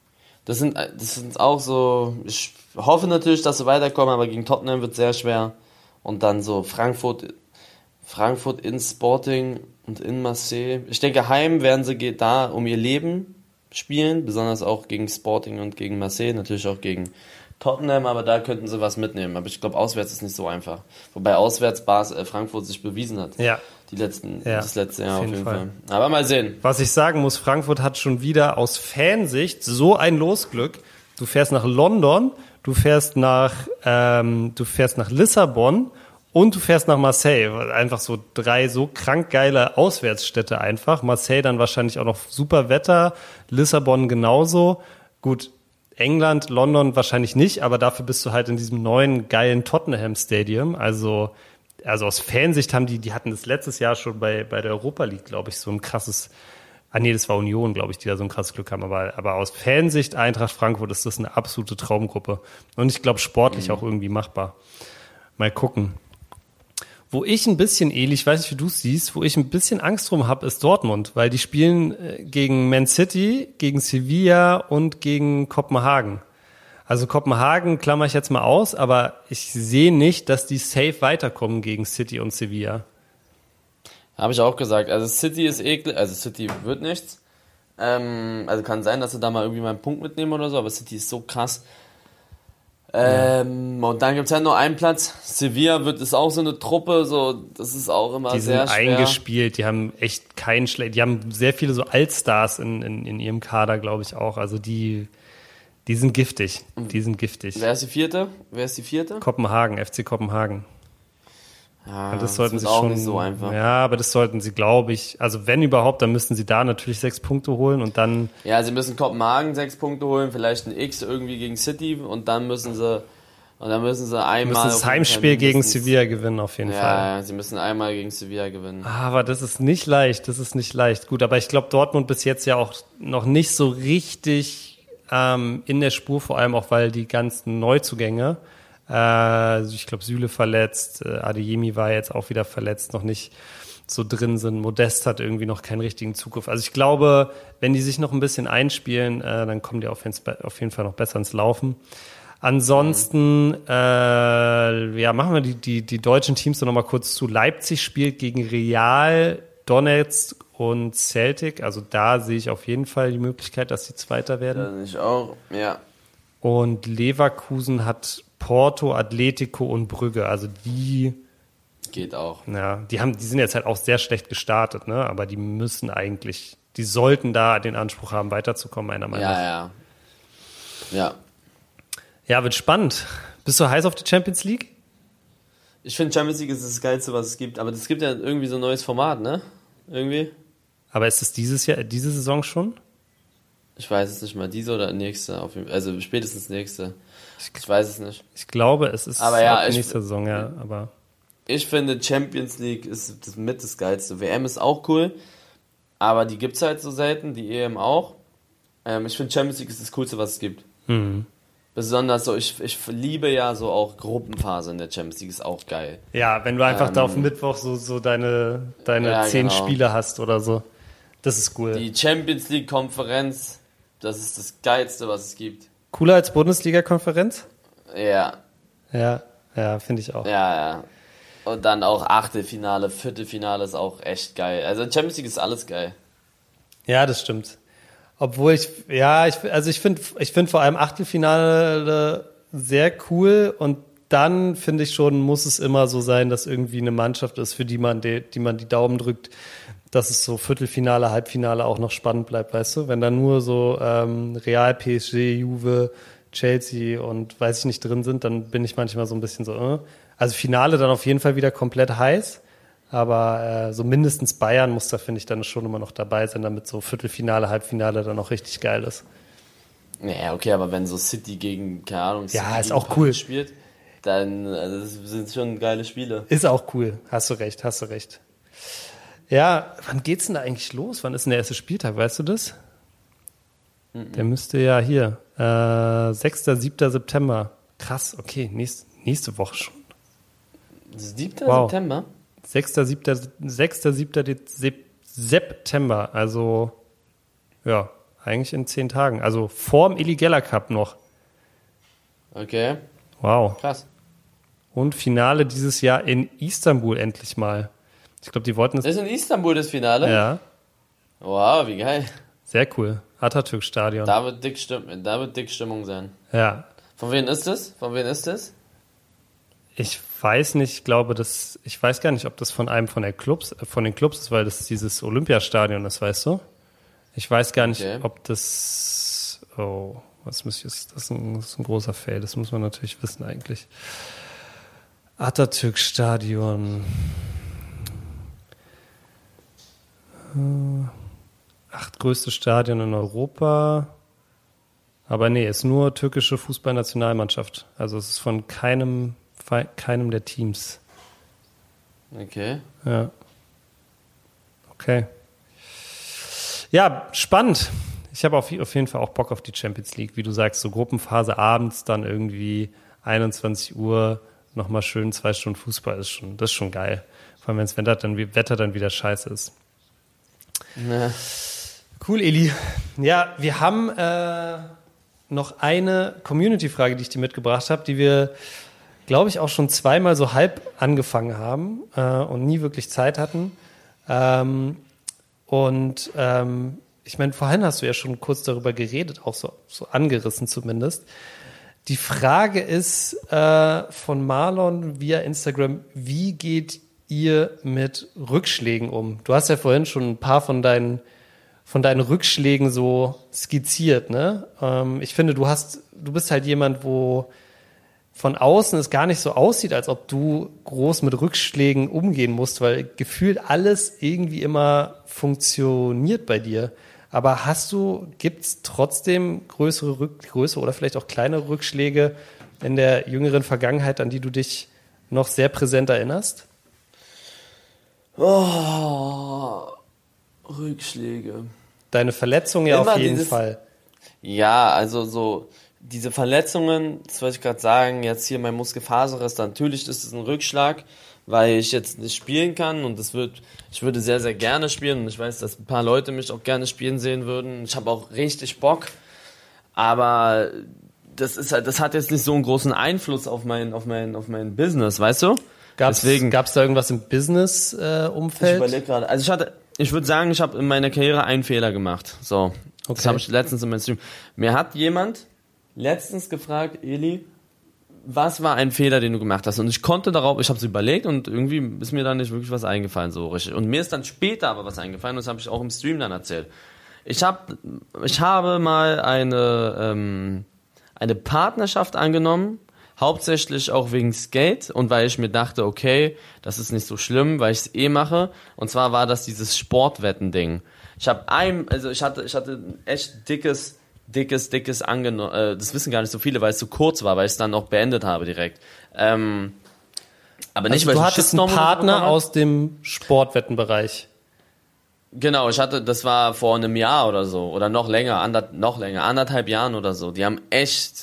A: Das sind auch so, ich hoffe natürlich, dass sie weiterkommen, aber gegen Tottenham wird sehr schwer. Und dann so Frankfurt in Sporting und in Marseille. Ich denke, heim werden sie da um ihr Leben spielen, besonders auch gegen Sporting und gegen Marseille, natürlich auch gegen Tottenham, aber da könnten sie was mitnehmen. Aber ich glaube, auswärts ist nicht so einfach. Wobei auswärts Frankfurt sich bewiesen hat.
B: Ja.
A: Das letzte Jahr auf jeden Fall. Aber mal sehen.
B: Was ich sagen muss, Frankfurt hat schon wieder aus Fansicht so ein Losglück. Du fährst nach London, du fährst nach Lissabon und du fährst nach Marseille. Einfach so 3 so krank geile Auswärtsstädte einfach. Marseille dann wahrscheinlich auch noch super Wetter, Lissabon genauso. Gut, England, London wahrscheinlich nicht, aber dafür bist du halt in diesem neuen geilen Tottenham Stadium. Also aus Fansicht haben die hatten das letztes Jahr schon bei der Europa League, glaube ich, so ein krasses, das war Union, glaube ich, die da so ein krasses Glück haben, aber aus Fansicht Eintracht Frankfurt ist das eine absolute Traumgruppe. Und ich glaube, sportlich auch irgendwie machbar. Mal gucken. Wo ich ein bisschen, ich weiß nicht, wie du es siehst, wo ich ein bisschen Angst drum habe, ist Dortmund, weil die spielen gegen Man City, gegen Sevilla und gegen Kopenhagen. Also Kopenhagen klammer ich jetzt mal aus, aber ich sehe nicht, dass die safe weiterkommen gegen City und Sevilla.
A: Habe ich auch gesagt. Also City ist eklig, also City wird nichts. Also kann sein, dass sie da mal irgendwie mal einen Punkt mitnehmen oder so, aber City ist so krass. Und dann gibt es ja nur einen Platz. Sevilla ist auch so eine Truppe, so, das ist auch immer sehr schwer.
B: Die sind eingespielt, die haben echt die haben sehr viele so Allstars in ihrem Kader, glaube ich auch. Also die sind giftig,
A: Wer ist die vierte?
B: Kopenhagen, FC Kopenhagen.
A: Ja,
B: das sollten
A: wird
B: sie
A: auch
B: schon,
A: nicht so einfach.
B: Ja, aber das sollten sie, glaube ich, also wenn überhaupt, dann müssten sie da natürlich 6 Punkte holen und dann...
A: Ja, sie müssen Kopenhagen 6 Punkte holen, vielleicht ein X irgendwie gegen City und dann müssen sie einmal...
B: Müssen das Heimspiel gegen Sevilla gewinnen auf jeden Fall.
A: Ja, sie müssen einmal gegen Sevilla gewinnen.
B: Aber das ist nicht leicht, Gut, aber ich glaube, Dortmund bis jetzt ja auch noch nicht so richtig in der Spur, vor allem auch, weil die ganzen Neuzugänge, ich glaube, Süle verletzt, Adeyemi war jetzt auch wieder verletzt, noch nicht so drin sind. Modest hat irgendwie noch keinen richtigen Zugriff. Also ich glaube, wenn die sich noch ein bisschen einspielen, dann kommen die auf jeden Fall noch besser ins Laufen. Ansonsten, machen wir die deutschen Teams noch mal kurz zu. Leipzig spielt gegen Real, Donetsk und Celtic. Also da sehe ich auf jeden Fall die Möglichkeit, dass sie Zweiter werden.
A: Das ich auch, ja.
B: Und Leverkusen hat Porto, Atletico und Brügge. Also die...
A: Geht auch.
B: Ja, die sind jetzt halt auch sehr schlecht gestartet, ne? Aber die sollten da den Anspruch haben, weiterzukommen, meiner Meinung nach.
A: Ja.
B: Ja, wird spannend. Bist du heiß auf die Champions League?
A: Ich finde, Champions League ist das Geilste, was es gibt. Aber es gibt ja irgendwie so ein neues Format, ne? Irgendwie.
B: Aber ist es diese Saison schon?
A: Ich weiß es nicht mal. Diese oder nächste. Also spätestens nächste. Ich weiß es nicht.
B: Ich glaube, es ist nächste Saison, ja. Aber
A: ich finde, Champions League ist das Geilste. WM ist auch cool, aber die gibt es halt so selten, die EM auch. Ich finde, Champions League ist das Coolste, was es gibt.
B: Mhm.
A: Besonders so, ich liebe ja so auch Gruppenphase in der Champions League, ist auch geil.
B: Ja, wenn du einfach da auf Mittwoch so deine 10 Spiele hast oder so. Das ist cool.
A: Die Champions League Konferenz, das ist das Geilste, was es gibt.
B: Cooler als Bundesliga-Konferenz?
A: Ja.
B: Ja, finde ich auch.
A: Ja. Und dann auch Achtelfinale, Viertelfinale ist auch echt geil. Also Champions League ist alles geil.
B: Ja, das stimmt. Obwohl ich finde vor allem Achtelfinale sehr cool und dann finde ich schon, muss es immer so sein, dass irgendwie eine Mannschaft ist, für die man die Daumen drückt, dass es so Viertelfinale, Halbfinale auch noch spannend bleibt, weißt du? Wenn da nur so Real, PSG, Juve, Chelsea und weiß ich nicht drin sind, dann bin ich manchmal so ein bisschen so, Also Finale dann auf jeden Fall wieder komplett heiß, aber so mindestens Bayern muss da, finde ich, dann schon immer noch dabei sein, damit so Viertelfinale, Halbfinale dann auch richtig geil ist.
A: Ja, okay, aber wenn so City gegen, keine Ahnung, City
B: ja, ist
A: gegen
B: auch cool.
A: Spielt, dann das sind schon geile Spiele.
B: Ist auch cool, hast du recht. Ja, wann geht's denn da eigentlich los? Wann ist denn der erste Spieltag, weißt du das? Der müsste ja hier, 6., 7. September. Krass, okay, nächste Woche schon.
A: 7. September?
B: 6., 7. September, also ja, eigentlich in 10 Tagen. Also vorm Eli Geller Cup noch.
A: Okay.
B: Wow.
A: Krass.
B: Und Finale dieses Jahr in Istanbul endlich mal. Ich glaube, die wollten es.
A: Das ist in Istanbul das Finale?
B: Ja.
A: Wow, wie geil.
B: Sehr cool. Atatürk-Stadion.
A: Da wird dick Stimmung sein.
B: Ja.
A: Von wem ist das?
B: Ich weiß nicht, ich weiß gar nicht, ob das von einem von den Clubs ist, weil das dieses Olympiastadion ist, weißt du? Ich weiß gar nicht, ob das, das ist ein großer Fail, das muss man natürlich wissen eigentlich. Atatürk-Stadion. 8. größte Stadion in Europa. Aber nee, ist nur türkische Fußballnationalmannschaft. Also es ist von keinem der Teams.
A: Okay.
B: Ja. Okay. Ja, spannend. Ich habe auf jeden Fall auch Bock auf die Champions League. Wie du sagst, so Gruppenphase abends, dann irgendwie 21 Uhr, nochmal schön 2 Stunden Fußball, das ist schon geil. Vor allem, wenn das Wetter dann wieder scheiße ist.
A: Ja.
B: Cool, Eli. Ja, wir haben noch eine Community-Frage, die ich dir mitgebracht habe, die wir, glaube ich, auch schon zweimal so halb angefangen haben und nie wirklich Zeit hatten. Ich meine, vorhin hast du ja schon kurz darüber geredet, auch so angerissen zumindest. Die Frage ist von Marlon via Instagram: Wie geht ihr mit Rückschlägen um? Du hast ja vorhin schon ein paar von deinen Rückschlägen so skizziert, ne? Ich finde, du bist halt jemand, wo von außen es gar nicht so aussieht, als ob du groß mit Rückschlägen umgehen musst, weil gefühlt alles irgendwie immer funktioniert bei dir. Aber gibt's trotzdem größere oder vielleicht auch kleinere Rückschläge in der jüngeren Vergangenheit, an die du dich noch sehr präsent erinnerst?
A: Oh, Rückschläge.
B: Deine Verletzung ja
A: Immer
B: auf jeden Fall.
A: Ja, also so diese Verletzungen, das wollte ich gerade sagen, jetzt hier mein Muskelfaserriss, natürlich ist es ein Rückschlag, weil ich jetzt nicht spielen kann und ich würde sehr, sehr gerne spielen und ich weiß, dass ein paar Leute mich auch gerne spielen sehen würden. Ich habe auch richtig Bock, aber das hat jetzt nicht so einen großen Einfluss auf mein Business, weißt du?
B: Gab's da irgendwas im Business-Umfeld?
A: Ich überlege gerade. Also ich würde sagen, ich habe in meiner Karriere einen Fehler gemacht. So. Okay. Das habe ich letztens in meinem Stream. Mir hat jemand letztens gefragt, Eli, was war ein Fehler, den du gemacht hast? Und ich konnte darauf, ich habe es überlegt und irgendwie ist mir dann nicht wirklich was eingefallen, so richtig. Und mir ist dann später aber was eingefallen und das habe ich auch im Stream dann erzählt. Ich habe mal eine Partnerschaft angenommen, hauptsächlich auch wegen Skate und weil ich mir dachte, okay, das ist nicht so schlimm, weil ich es mache. Und zwar war das dieses Sportwetten-Ding. Ich hatte ein echt dickes angenommen. Das wissen gar nicht so viele, weil es so kurz war, weil ich es dann auch beendet habe direkt. Aber nicht, weil
B: du hattest einen Partner aus dem Sportwettenbereich.
A: Genau, das war vor einem Jahr oder so oder noch länger, 1,5 Jahren oder so. Die haben echt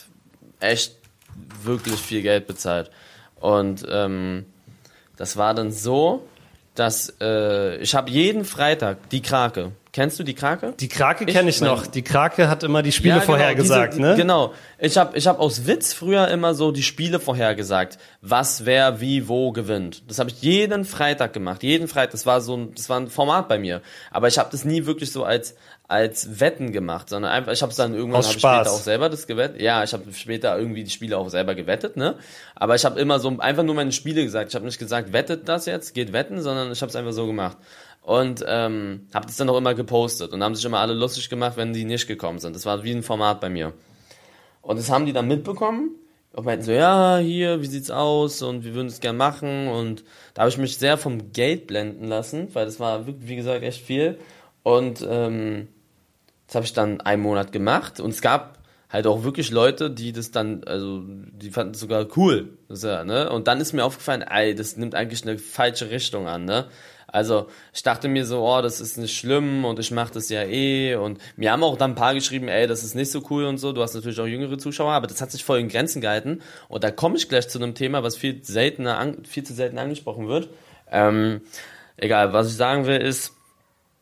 A: wirklich viel Geld bezahlt. Und das war dann so, dass ich habe jeden Freitag die Krake. Kennst du die Krake?
B: Die Krake kenne ich noch. Die Krake hat immer die Spiele vorhergesagt, ne?
A: Genau. Ich hab aus Witz früher immer so die Spiele vorhergesagt. Was, wer, wie, wo gewinnt. Das habe ich jeden Freitag gemacht. Jeden Freitag. Das war ein Format bei mir. Aber ich habe das nie wirklich so als Wetten gemacht, sondern einfach, ich habe es dann irgendwann später auch selber das gewettet. Ja, ich habe später irgendwie die Spiele auch selber gewettet, ne? Aber ich habe immer so einfach nur meine Spiele gesagt. Ich habe nicht gesagt, wettet das jetzt, geht wetten, sondern ich habe es einfach so gemacht. Und habe das dann auch immer gepostet und haben sich immer alle lustig gemacht, wenn die nicht gekommen sind. Das war wie ein Format bei mir. Und das haben die dann mitbekommen und meinten so, ja, hier, wie sieht's aus und wir würden es gern machen. Und da habe ich mich sehr vom Geld blenden lassen, weil das war, wie gesagt, echt viel. Und das habe ich dann einen Monat gemacht und es gab halt auch wirklich Leute, die das dann, also die fanden es sogar cool. Das ja, ne? Und dann ist mir aufgefallen, das nimmt eigentlich eine falsche Richtung an, ne? Also ich dachte mir so, das ist nicht schlimm und ich mache das ja und mir haben auch dann ein paar geschrieben, das ist nicht so cool und so, du hast natürlich auch jüngere Zuschauer, aber das hat sich voll in Grenzen gehalten und da komme ich gleich zu einem Thema, was viel zu selten angesprochen wird. Egal, was ich sagen will ist,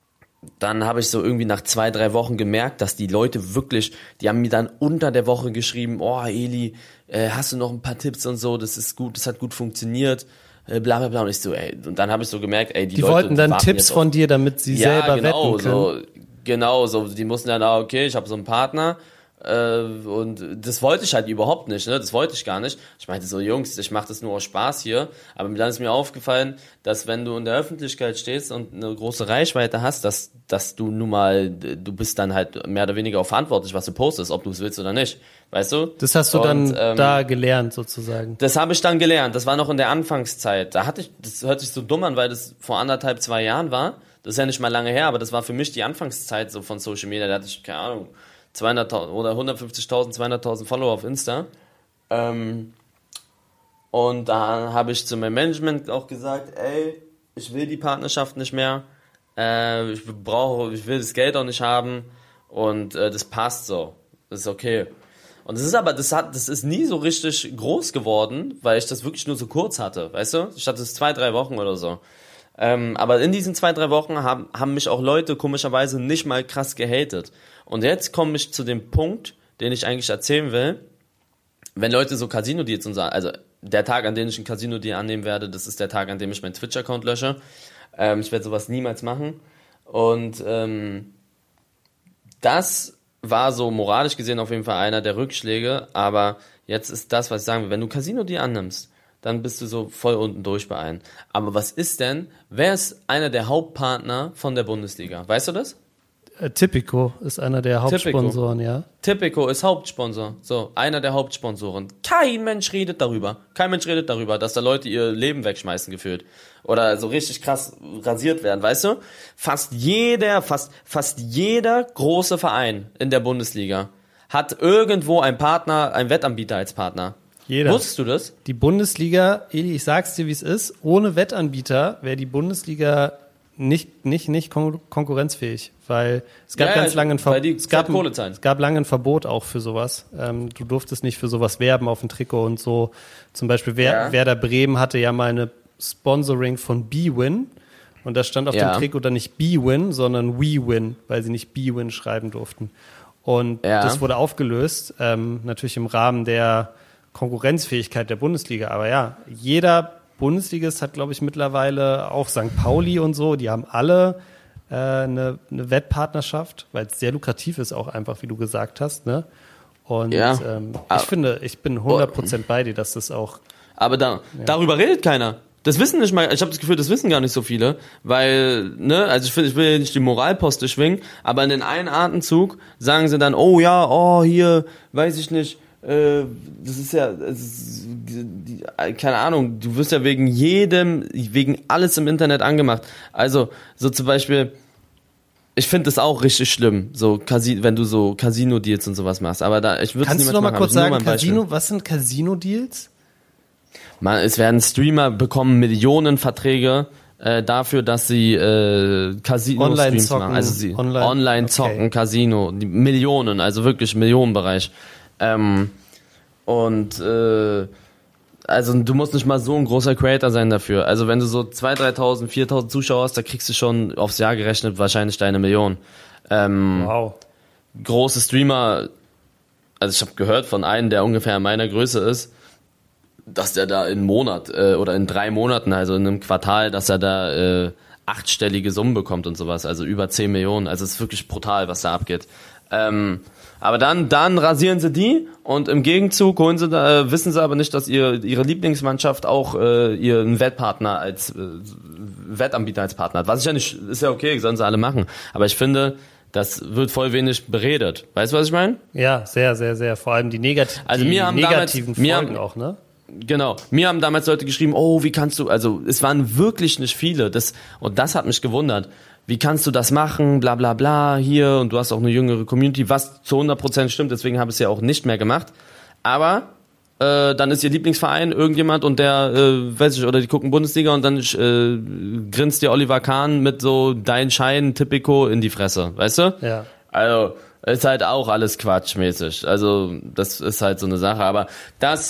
A: dann habe ich so irgendwie nach 2-3 Wochen gemerkt, dass die Leute wirklich, die haben mir dann unter der Woche geschrieben, oh Eli, hast du noch ein paar Tipps und so, das ist gut, das hat gut funktioniert, bla bla bla. Und ich so, und dann habe ich so gemerkt, die Leute
B: wollten dann Tipps von dir, damit sie selber wetten können.
A: Genau, die mussten dann, okay, ich habe so einen Partner, und das wollte ich halt überhaupt nicht, ne? Das wollte ich gar nicht. Ich meinte so, Jungs, ich mache das nur aus Spaß hier. Aber dann ist mir aufgefallen, dass wenn du in der Öffentlichkeit stehst und eine große Reichweite hast, dass du nun mal, du bist dann halt mehr oder weniger auch verantwortlich, was du postest, ob du es willst oder nicht. Weißt du?
B: Das hast du dann da gelernt, sozusagen.
A: Das habe ich dann gelernt. Das war noch in der Anfangszeit. Das hört sich so dumm an, weil das vor 1,5-2 Jahren war. Das ist ja nicht mal lange her, aber das war für mich die Anfangszeit so von Social Media. Da hatte ich, keine Ahnung, 200.000 oder 150.000, 200.000 Follower auf Insta. Und da habe ich zu meinem Management auch gesagt, ich will die Partnerschaft nicht mehr. Ich will das Geld auch nicht haben. Und das passt so. Das ist okay. Und das ist nie so richtig groß geworden, weil ich das wirklich nur so kurz hatte, weißt du? Ich hatte es 2-3 Wochen oder so. Aber in diesen 2-3 Wochen haben mich auch Leute komischerweise nicht mal krass gehatet. Und jetzt komme ich zu dem Punkt, den ich eigentlich erzählen will. Wenn Leute so Casino-Deals und so, also der Tag, an dem ich ein Casino-Deal annehmen werde, das ist der Tag, an dem ich meinen Twitch-Account lösche. Ich werde sowas niemals machen. Und das war so moralisch gesehen auf jeden Fall einer der Rückschläge. Aber jetzt ist das, was ich sagen will. Wenn du Casino-Deal annimmst, dann bist du so voll unten durch bei allen. Aber was ist denn, wer ist einer der Hauptpartner von der Bundesliga? Weißt du das?
B: Tipico ist einer der Hauptsponsoren, ja.
A: Tipico ist Hauptsponsor. So, einer der Hauptsponsoren. Kein Mensch redet darüber. Dass da Leute ihr Leben wegschmeißen gefühlt. Oder so richtig krass rasiert werden, weißt du? Fast jeder große Verein in der Bundesliga hat irgendwo einen Partner, einen Wettanbieter als Partner.
B: Jeder.
A: Wusstest du das?
B: Die Bundesliga, Eli, ich sag's dir, wie es ist, ohne Wettanbieter wäre die Bundesliga nicht konkurrenzfähig, weil es gab lange ein Verbot auch für sowas. Du durftest nicht für sowas werben auf dem Trikot und so. Zum Beispiel Werder Bremen hatte ja mal eine Sponsoring von B-Win und da stand auf dem Trikot dann nicht B-Win, sondern We Win, weil sie nicht B-Win schreiben durften. Und das wurde aufgelöst, natürlich im Rahmen der Konkurrenzfähigkeit der Bundesliga. Aber ja, jeder Bundesligist hat, glaube ich, mittlerweile auch St. Pauli und so, die haben alle eine Wettpartnerschaft, weil es sehr lukrativ ist auch einfach, wie du gesagt hast, ne? Und ich bin 100% bei dir, dass das auch...
A: Aber darüber redet keiner. Das wissen nicht mal, ich habe das Gefühl, das wissen gar nicht so viele, weil, ne, also ich will nicht die Moralposte schwingen, aber in den einen Atemzug sagen sie dann, hier, weiß ich nicht, das ist ja, keine Ahnung, du wirst ja wegen alles im Internet angemacht. Also, so zum Beispiel, ich finde das auch richtig schlimm, so wenn du so Casino-Deals und sowas machst, aber ich würde es
B: niemals machen. Kannst du noch mal kurz sagen, was sind Casino-Deals?
A: Es werden Streamer bekommen Millionenverträge dafür, dass sie Casino-Streams machen. Also sie online zocken, okay. Casino, die Millionen, also wirklich Millionenbereich. Also du musst nicht mal so ein großer Creator sein dafür. Also wenn du so 2.000, 3.000, 4.000 Zuschauer hast, da kriegst du schon aufs Jahr gerechnet wahrscheinlich deine Million.
B: Wow.
A: Große Streamer, also ich habe gehört von einem, der ungefähr meiner Größe ist, dass der da in Monat oder in 3 Monaten, also in einem Quartal, dass er da 8-stellige Summen bekommt und sowas, also über 10 Millionen. Also es ist wirklich brutal, was da abgeht. Aber dann rasieren sie die und im Gegenzug wissen sie aber nicht, dass ihre Lieblingsmannschaft auch ihren Wettpartner als Wettanbieter als Partner hat. Was ich ja nicht, ist ja okay, sollen sie alle machen. Aber ich finde, das wird voll wenig beredet. Weißt du, was ich meine?
B: Ja, sehr, sehr, sehr. Vor allem die negativen Folgen auch, ne?
A: Genau. Mir haben damals Leute geschrieben, wie kannst du, also es waren wirklich nicht viele, und das hat mich gewundert. Wie kannst du das machen, bla bla bla, hier, und du hast auch eine jüngere Community, was zu 100% stimmt, deswegen habe ich es ja auch nicht mehr gemacht. Aber dann ist ihr Lieblingsverein irgendjemand und der, weiß ich, oder die gucken Bundesliga und dann grinst dir Oliver Kahn mit so dein Schein Tipico in die Fresse, weißt du?
B: Ja.
A: Also ist halt auch alles quatschmäßig. Also das ist halt so eine Sache, aber das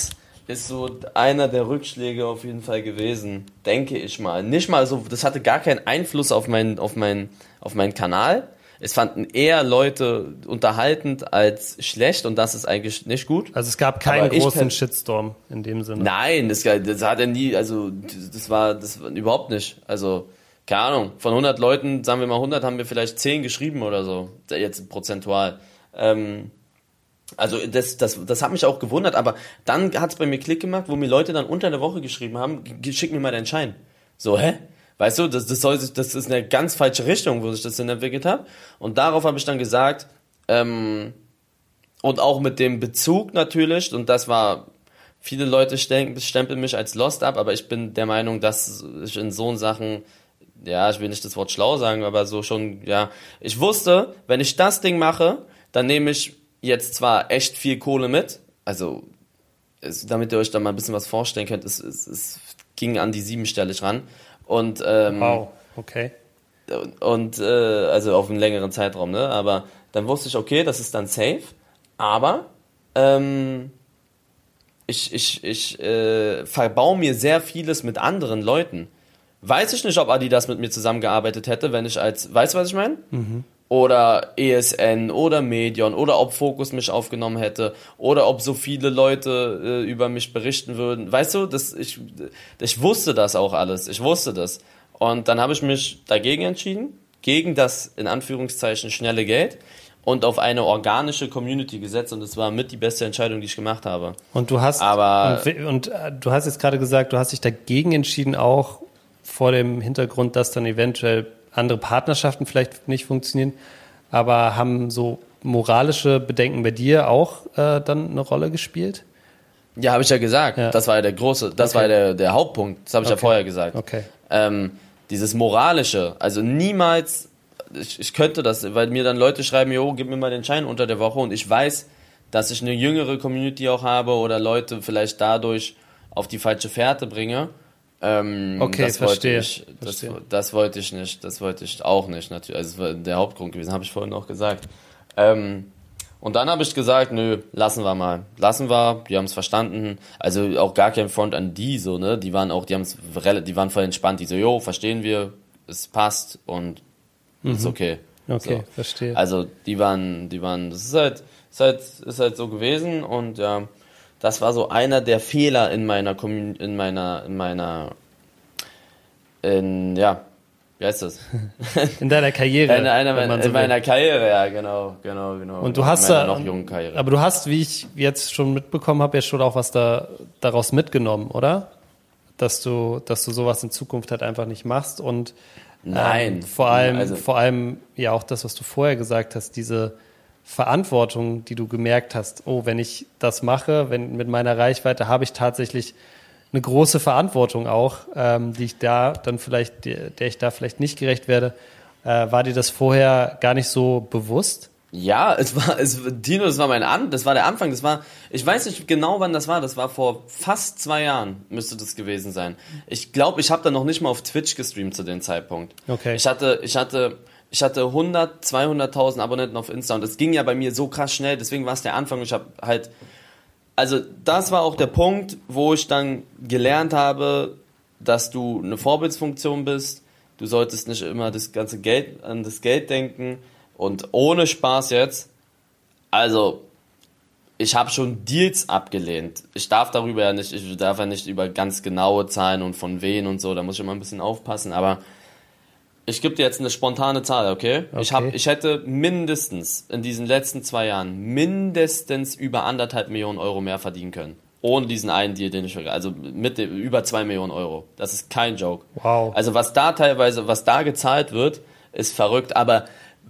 A: ist so einer der Rückschläge auf jeden Fall gewesen, denke ich mal. Nicht mal so, das hatte gar keinen Einfluss auf meinen Kanal. Es fanden eher Leute unterhaltend als schlecht und das ist eigentlich nicht gut.
B: Also es gab keinen großen Shitstorm in dem Sinne.
A: Nein, das hat er nie, also das war überhaupt nicht. Also, keine Ahnung, von 100 Leuten, sagen wir mal 100, haben wir vielleicht 10 geschrieben oder so, jetzt prozentual. Also das hat mich auch gewundert, aber dann hat es bei mir Klick gemacht, wo mir Leute dann unter der Woche geschrieben haben, schick mir mal deinen Schein. So, hä? Weißt du, das ist eine ganz falsche Richtung, wo sich das denn entwickelt hat. Und darauf habe ich dann gesagt, und auch mit dem Bezug natürlich, und das war, viele Leute stempeln mich als Lost ab, aber ich bin der Meinung, dass ich in so Sachen, ja, ich will nicht das Wort schlau sagen, aber so schon, ja, ich wusste, wenn ich das Ding mache, dann nehme ich jetzt zwar echt viel Kohle mit, also damit ihr euch da mal ein bisschen was vorstellen könnt, es ging an die 7-stellig ran. Und
B: wow, okay.
A: Und also auf einen längeren Zeitraum, ne? Aber dann wusste ich, okay, das ist dann safe, aber ich verbau mir sehr vieles mit anderen Leuten. Weiß ich nicht, ob Adidas mit mir zusammengearbeitet hätte, wenn ich weißt du, was ich meine? Mhm. Oder ESN oder Medion oder ob Focus mich aufgenommen hätte oder ob so viele Leute über mich berichten würden. Weißt du, ich wusste das auch alles. Ich wusste das. Und dann habe ich mich dagegen entschieden, gegen das in Anführungszeichen schnelle Geld und auf eine organische Community gesetzt und das war mit die beste Entscheidung, die ich gemacht habe.
B: Und du hast du hast jetzt gerade gesagt, du hast dich dagegen entschieden, auch vor dem Hintergrund, dass dann eventuell andere Partnerschaften vielleicht nicht funktionieren, aber haben so moralische Bedenken bei dir auch dann eine Rolle gespielt?
A: Ja, habe ich ja gesagt. Ja. Das war ja der große, das war der Hauptpunkt. Das habe ich ja vorher gesagt.
B: Okay.
A: Dieses Moralische, also niemals, ich könnte das, weil mir dann Leute schreiben, jo, gib mir mal den Schein unter der Woche und ich weiß, dass ich eine jüngere Community auch habe oder Leute vielleicht dadurch auf die falsche Fährte bringe.
B: Okay,
A: das
B: verstehe.
A: Das wollte ich nicht, das wollte ich auch nicht, natürlich. Also das war der Hauptgrund gewesen, habe ich vorhin auch gesagt. Und dann habe ich gesagt, nö, lassen wir mal. Lassen wir, die haben es verstanden. Also auch gar kein Front an die, so, ne? Die waren voll entspannt, die so, jo, verstehen wir, es passt und ist okay.
B: Okay,
A: so.
B: Verstehe.
A: Also die waren, das ist halt so gewesen und ja. Das war so einer der Fehler in meiner wie heißt das?
B: In deiner Karriere.
A: In meiner Karriere, ja, genau.
B: Und du hast
A: noch jungen Karriere.
B: Aber du hast, wie ich jetzt schon mitbekommen habe, ja schon auch was daraus mitgenommen, oder? Dass du sowas in Zukunft halt einfach nicht machst und
A: nein.
B: Vor allem ja auch das, was du vorher gesagt hast, diese Verantwortung, die du gemerkt hast, oh, wenn ich das mache, mit meiner Reichweite habe ich tatsächlich eine große Verantwortung auch, die ich da dann vielleicht, der ich da vielleicht nicht gerecht werde. War dir das vorher gar nicht so bewusst?
A: Ja, das war der Anfang, ich weiß nicht genau, wann das war vor fast 2 Jahren, müsste das gewesen sein. Ich glaube, ich habe da noch nicht mal auf Twitch gestreamt zu dem Zeitpunkt.
B: Okay.
A: Ich hatte 100, 200.000 Abonnenten auf Insta und es ging ja bei mir so krass schnell, deswegen war es der Anfang. Ich habe halt, also das war auch der Punkt, wo ich dann gelernt habe, dass du eine Vorbildsfunktion bist. Du solltest nicht immer an das Geld denken und ohne Spaß jetzt. Also ich habe schon Deals abgelehnt. Ich darf ja nicht über ganz genaue Zahlen und von wen und so, da muss ich immer ein bisschen aufpassen, aber ich gebe dir jetzt eine spontane Zahl, okay? Ich hätte mindestens in diesen letzten 2 Jahren mindestens über 1,5 Millionen Euro mehr verdienen können. Ohne diesen einen Deal, den ich also mit über 2 Millionen Euro. Das ist kein Joke.
B: Wow.
A: Also was da gezahlt wird, ist verrückt. Aber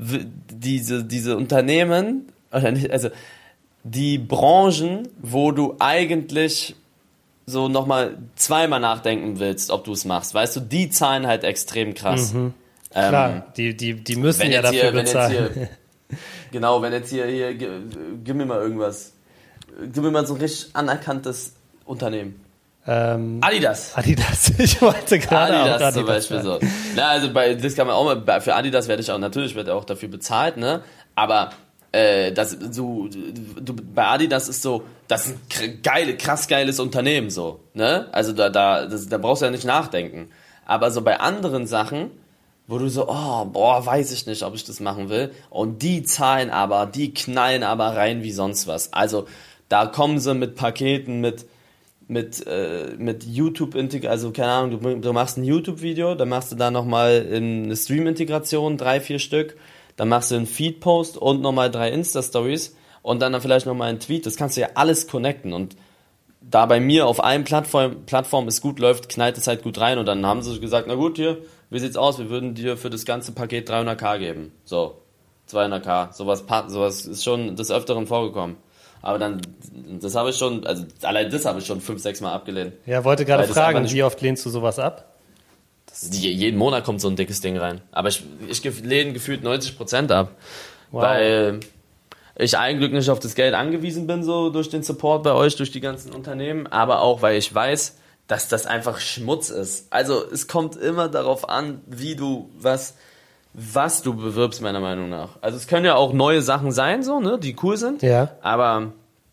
A: diese Unternehmen, also die Branchen, wo du eigentlich so nochmal zweimal nachdenken willst, ob du es machst, weißt du, die zahlen halt extrem krass.
B: Mhm. Klar, die müssen ja dafür bezahlen.
A: Wenn jetzt hier, gib mir mal irgendwas. Gib mir mal so ein richtig anerkanntes Unternehmen. Adidas.
B: Ich wollte gerade
A: Adidas
B: auch
A: zum Beispiel so. Na, also das kann man auch mal, für Adidas werde ich auch dafür bezahlt, ne? Aber bei Adidas ist so, das ist ein krass geiles Unternehmen so, ne? Also da brauchst du ja nicht nachdenken. Aber so bei anderen Sachen, wo du so, weiß ich nicht, ob ich das machen will. Und die knallen aber rein wie sonst was. Also da kommen sie mit Paketen, mit YouTube-Integration, also keine Ahnung, du machst ein YouTube-Video, dann machst du da nochmal eine Stream-Integration, 3-4 Stück, dann machst du einen Feed-Post und nochmal 3 Insta-Stories und dann vielleicht nochmal einen Tweet, das kannst du ja alles connecten und da bei mir auf allen Plattformen es gut läuft, knallt es halt gut rein und dann haben sie gesagt, na gut, hier, wie sieht's aus, wir würden dir für das ganze Paket 300.000 geben, so, 200.000, sowas ist schon des Öfteren vorgekommen. Aber dann, das habe ich schon 5-6 Mal abgelehnt.
B: Ja, wollte gerade fragen, wie oft lehnst du sowas ab?
A: Jeden Monat kommt so ein dickes Ding rein. Aber ich lehne gefühlt 90% ab.
B: Wow.
A: Weil ich eigentlich nicht auf das Geld angewiesen bin, so durch den Support bei euch, durch die ganzen Unternehmen. Aber auch, weil ich weiß, dass das einfach Schmutz ist. Also es kommt immer darauf an, wie du was du bewirbst, meiner Meinung nach. Also es können ja auch neue Sachen sein, so, ne, die cool sind.
B: Ja.
A: Aber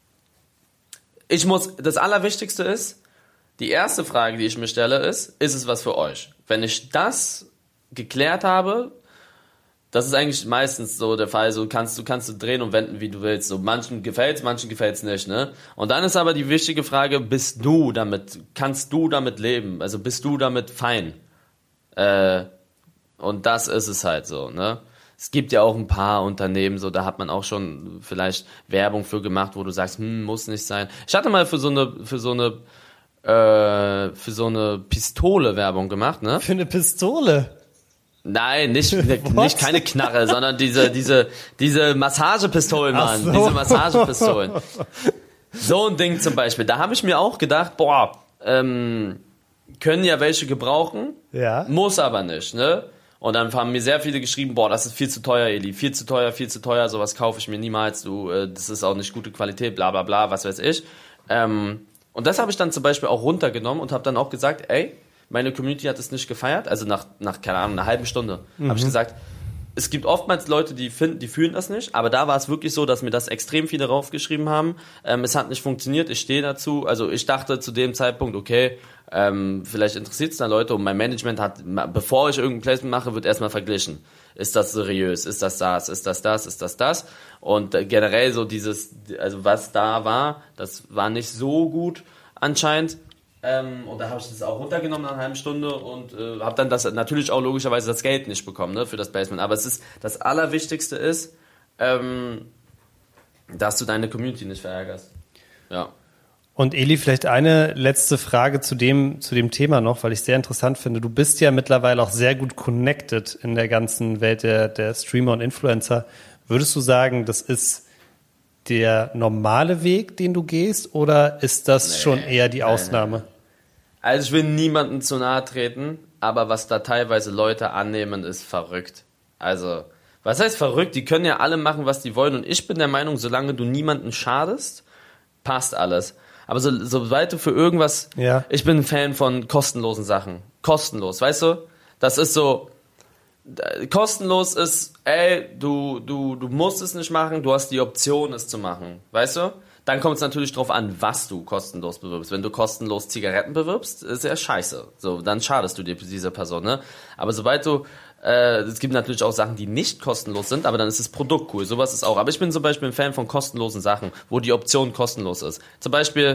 A: das Allerwichtigste ist, die erste Frage, die ich mir stelle, ist es was für euch? Wenn ich das geklärt habe, das ist eigentlich meistens so der Fall, so kannst du drehen und wenden, wie du willst. So, manchen gefällt's nicht, ne? Und dann ist aber die wichtige Frage, kannst du damit leben? Also bist du damit fein? Und das ist es halt so, ne? Es gibt ja auch ein paar Unternehmen, so, da hat man auch schon vielleicht Werbung für gemacht, wo du sagst, muss nicht sein. Ich hatte mal für so eine Pistole Werbung gemacht, ne?
B: Für eine Pistole?
A: Nein, nicht keine Knarre, sondern diese Massagepistolen, Mann.
B: So.
A: Diese Massagepistolen. So ein Ding zum Beispiel. Da habe ich mir auch gedacht, können ja welche gebrauchen,
B: ja.
A: Muss aber nicht, ne? Und dann haben mir sehr viele geschrieben, das ist viel zu teuer, Eli, viel zu teuer, sowas kaufe ich mir niemals, das ist auch nicht gute Qualität, bla bla bla, was weiß ich. Und das habe ich dann zum Beispiel auch runtergenommen und habe dann auch gesagt, ey, meine Community hat es nicht gefeiert, also nach keine Ahnung, einer halben Stunde, habe ich gesagt, es gibt oftmals Leute, die fühlen das nicht, aber da war es wirklich so, dass mir das extrem viele raufgeschrieben haben. Es hat nicht funktioniert, ich stehe dazu. Also ich dachte zu dem Zeitpunkt, okay, vielleicht interessiert es dann Leute und mein Management hat, bevor ich irgendein Placement mache, wird erstmal verglichen. Ist das seriös? Ist das das? Ist das das? Ist das das? Und generell so also was da war, das war nicht so gut anscheinend. Und da habe ich das auch runtergenommen nach einer halben Stunde und habe dann das natürlich auch logischerweise das Geld nicht bekommen, ne, für das Placement. Aber das Allerwichtigste ist, dass du deine Community nicht verärgerst. Ja.
B: Und Eli, vielleicht eine letzte Frage zu dem Thema noch, weil ich sehr interessant finde. Du bist ja mittlerweile auch sehr gut connected in der ganzen Welt der Streamer und Influencer. Würdest du sagen, das ist der normale Weg, den du gehst, oder ist das schon eher die Ausnahme?
A: Nein. Also ich will niemandem zu nahe treten, aber was da teilweise Leute annehmen, ist verrückt. Also, was heißt verrückt? Die können ja alle machen, was die wollen und ich bin der Meinung, solange du niemanden schadest, passt alles. Aber sobald du für irgendwas...
B: Ja.
A: Ich bin ein Fan von kostenlosen Sachen. Kostenlos, weißt du? Das ist so... Kostenlos ist, du musst es nicht machen, du hast die Option, es zu machen. Weißt du? Dann kommt es natürlich drauf an, was du kostenlos bewirbst. Wenn du kostenlos Zigaretten bewirbst, ist ja scheiße. So, dann schadest du dir dieser Person, ne? Aber sobald du... es gibt natürlich auch Sachen, die nicht kostenlos sind, aber dann ist das Produkt cool. Sowas ist auch. Aber ich bin zum Beispiel ein Fan von kostenlosen Sachen, wo die Option kostenlos ist. Zum Beispiel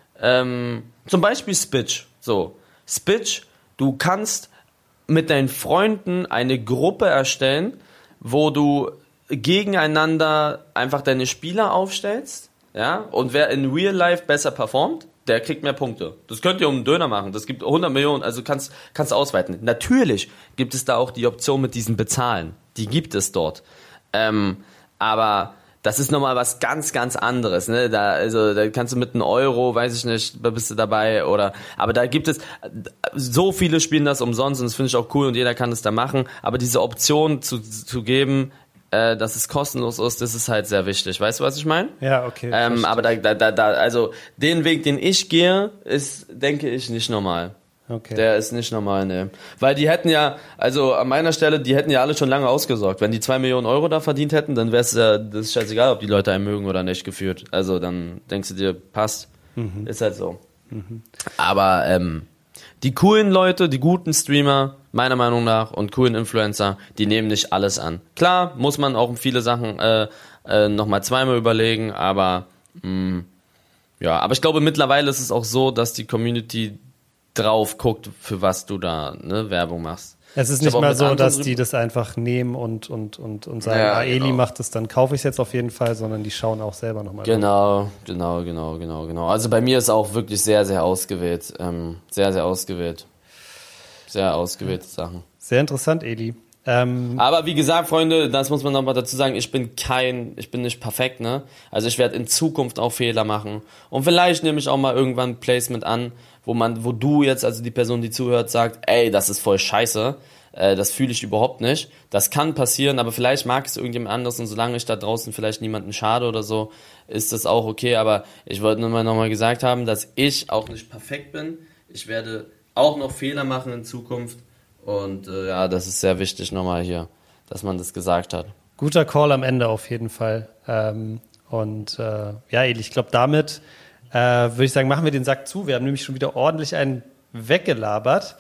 A: Spitch. So, Spitch, du kannst mit deinen Freunden eine Gruppe erstellen, wo du gegeneinander einfach deine Spieler aufstellst, ja, und wer in Real Life besser performt, der kriegt mehr Punkte. Das könnt ihr um einen Döner machen. Das gibt 100 Millionen, also kannst du ausweiten. Natürlich gibt es da auch die Option mit diesen Bezahlen. Die gibt es dort. Aber das ist nochmal was ganz, ganz anderes, ne? Da kannst du mit einem Euro, weiß ich nicht, da bist du dabei aber da gibt es, so viele spielen das umsonst und das finde ich auch cool und jeder kann es da machen, aber diese Option zu geben, dass es kostenlos ist, das ist halt sehr wichtig. Weißt du, was ich meine?
B: Ja, okay.
A: Aber also den Weg, den ich gehe, ist, denke ich, nicht normal.
B: Okay.
A: Der ist nicht normal, ne. Weil die hätten ja, also an meiner Stelle, die hätten ja alle schon lange ausgesorgt. Wenn die 2 Millionen Euro da verdient hätten, dann wäre es ja, das ist scheißegal, ob die Leute einen mögen oder nicht, gefühlt. Also dann denkst du dir, passt. Ist halt so. Aber die coolen Leute, die guten Streamer, meiner Meinung nach, und coolen Influencer, die nehmen nicht alles an. Klar, muss man auch viele Sachen nochmal zweimal überlegen, aber ja, aber ich glaube, mittlerweile ist es auch so, dass die Community drauf guckt, für was du da Werbung machst.
B: Es ist nicht mal so, dass die das einfach nehmen und sagen, Eli macht es, dann kaufe ich es jetzt auf jeden Fall, sondern die schauen auch selber nochmal.
A: Genau. Also bei mir ist auch wirklich sehr, sehr ausgewählt. Sehr ausgewählte Sachen.
B: Sehr interessant, Eli.
A: Aber wie gesagt, Freunde, das muss man nochmal dazu sagen, ich bin nicht perfekt, ne? Also ich werde in Zukunft auch Fehler machen. Und vielleicht nehme ich auch mal irgendwann ein Placement an, wo du jetzt, also die Person, die zuhört, sagt, ey, das ist voll scheiße, das fühle ich überhaupt nicht. Das kann passieren, aber vielleicht mag es irgendjemand anderes und solange ich da draußen vielleicht niemanden schade oder so, ist das auch okay. Aber ich wollte nur mal nochmal gesagt haben, dass ich auch nicht perfekt bin. Ich werde auch noch Fehler machen in Zukunft. Und ja, das ist sehr wichtig nochmal hier, dass man das gesagt hat.
B: Guter Call am Ende auf jeden Fall. Ja, Eli, ich glaube, damit würde ich sagen, machen wir den Sack zu. Wir haben nämlich schon wieder ordentlich einen weggelabert.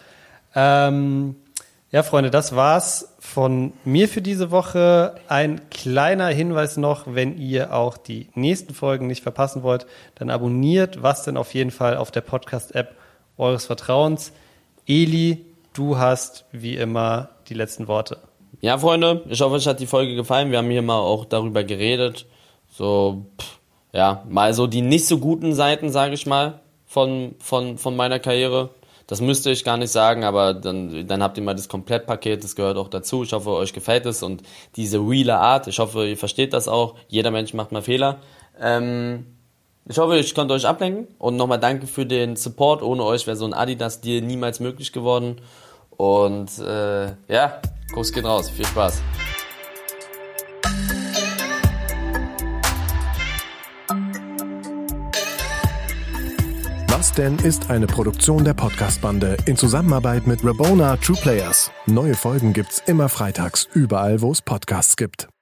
B: Ja, Freunde, das war's von mir für diese Woche. Ein kleiner Hinweis noch, wenn ihr auch die nächsten Folgen nicht verpassen wollt, dann abonniert was denn auf jeden Fall auf der Podcast-App eures Vertrauens. Eli, du hast wie immer die letzten Worte.
A: Ja, Freunde, ich hoffe, euch hat die Folge gefallen. Wir haben hier mal auch darüber geredet. So, ja, mal so die nicht so guten Seiten, sage ich mal, von meiner Karriere. Das müsste ich gar nicht sagen, aber dann habt ihr mal das Komplettpaket, das gehört auch dazu. Ich hoffe, euch gefällt es und diese reale Art, ich hoffe, ihr versteht das auch. Jeder Mensch macht mal Fehler. Ich hoffe, ich konnte euch ablenken und nochmal danke für den Support. Ohne euch wäre so ein Adidas-Deal niemals möglich geworden. Und ja, Kuss geht raus. Viel Spaß.
C: Was denn ist eine Produktion der Podcast-Bande in Zusammenarbeit mit Rabona True Players. Neue Folgen gibt's immer freitags, überall wo es Podcasts gibt.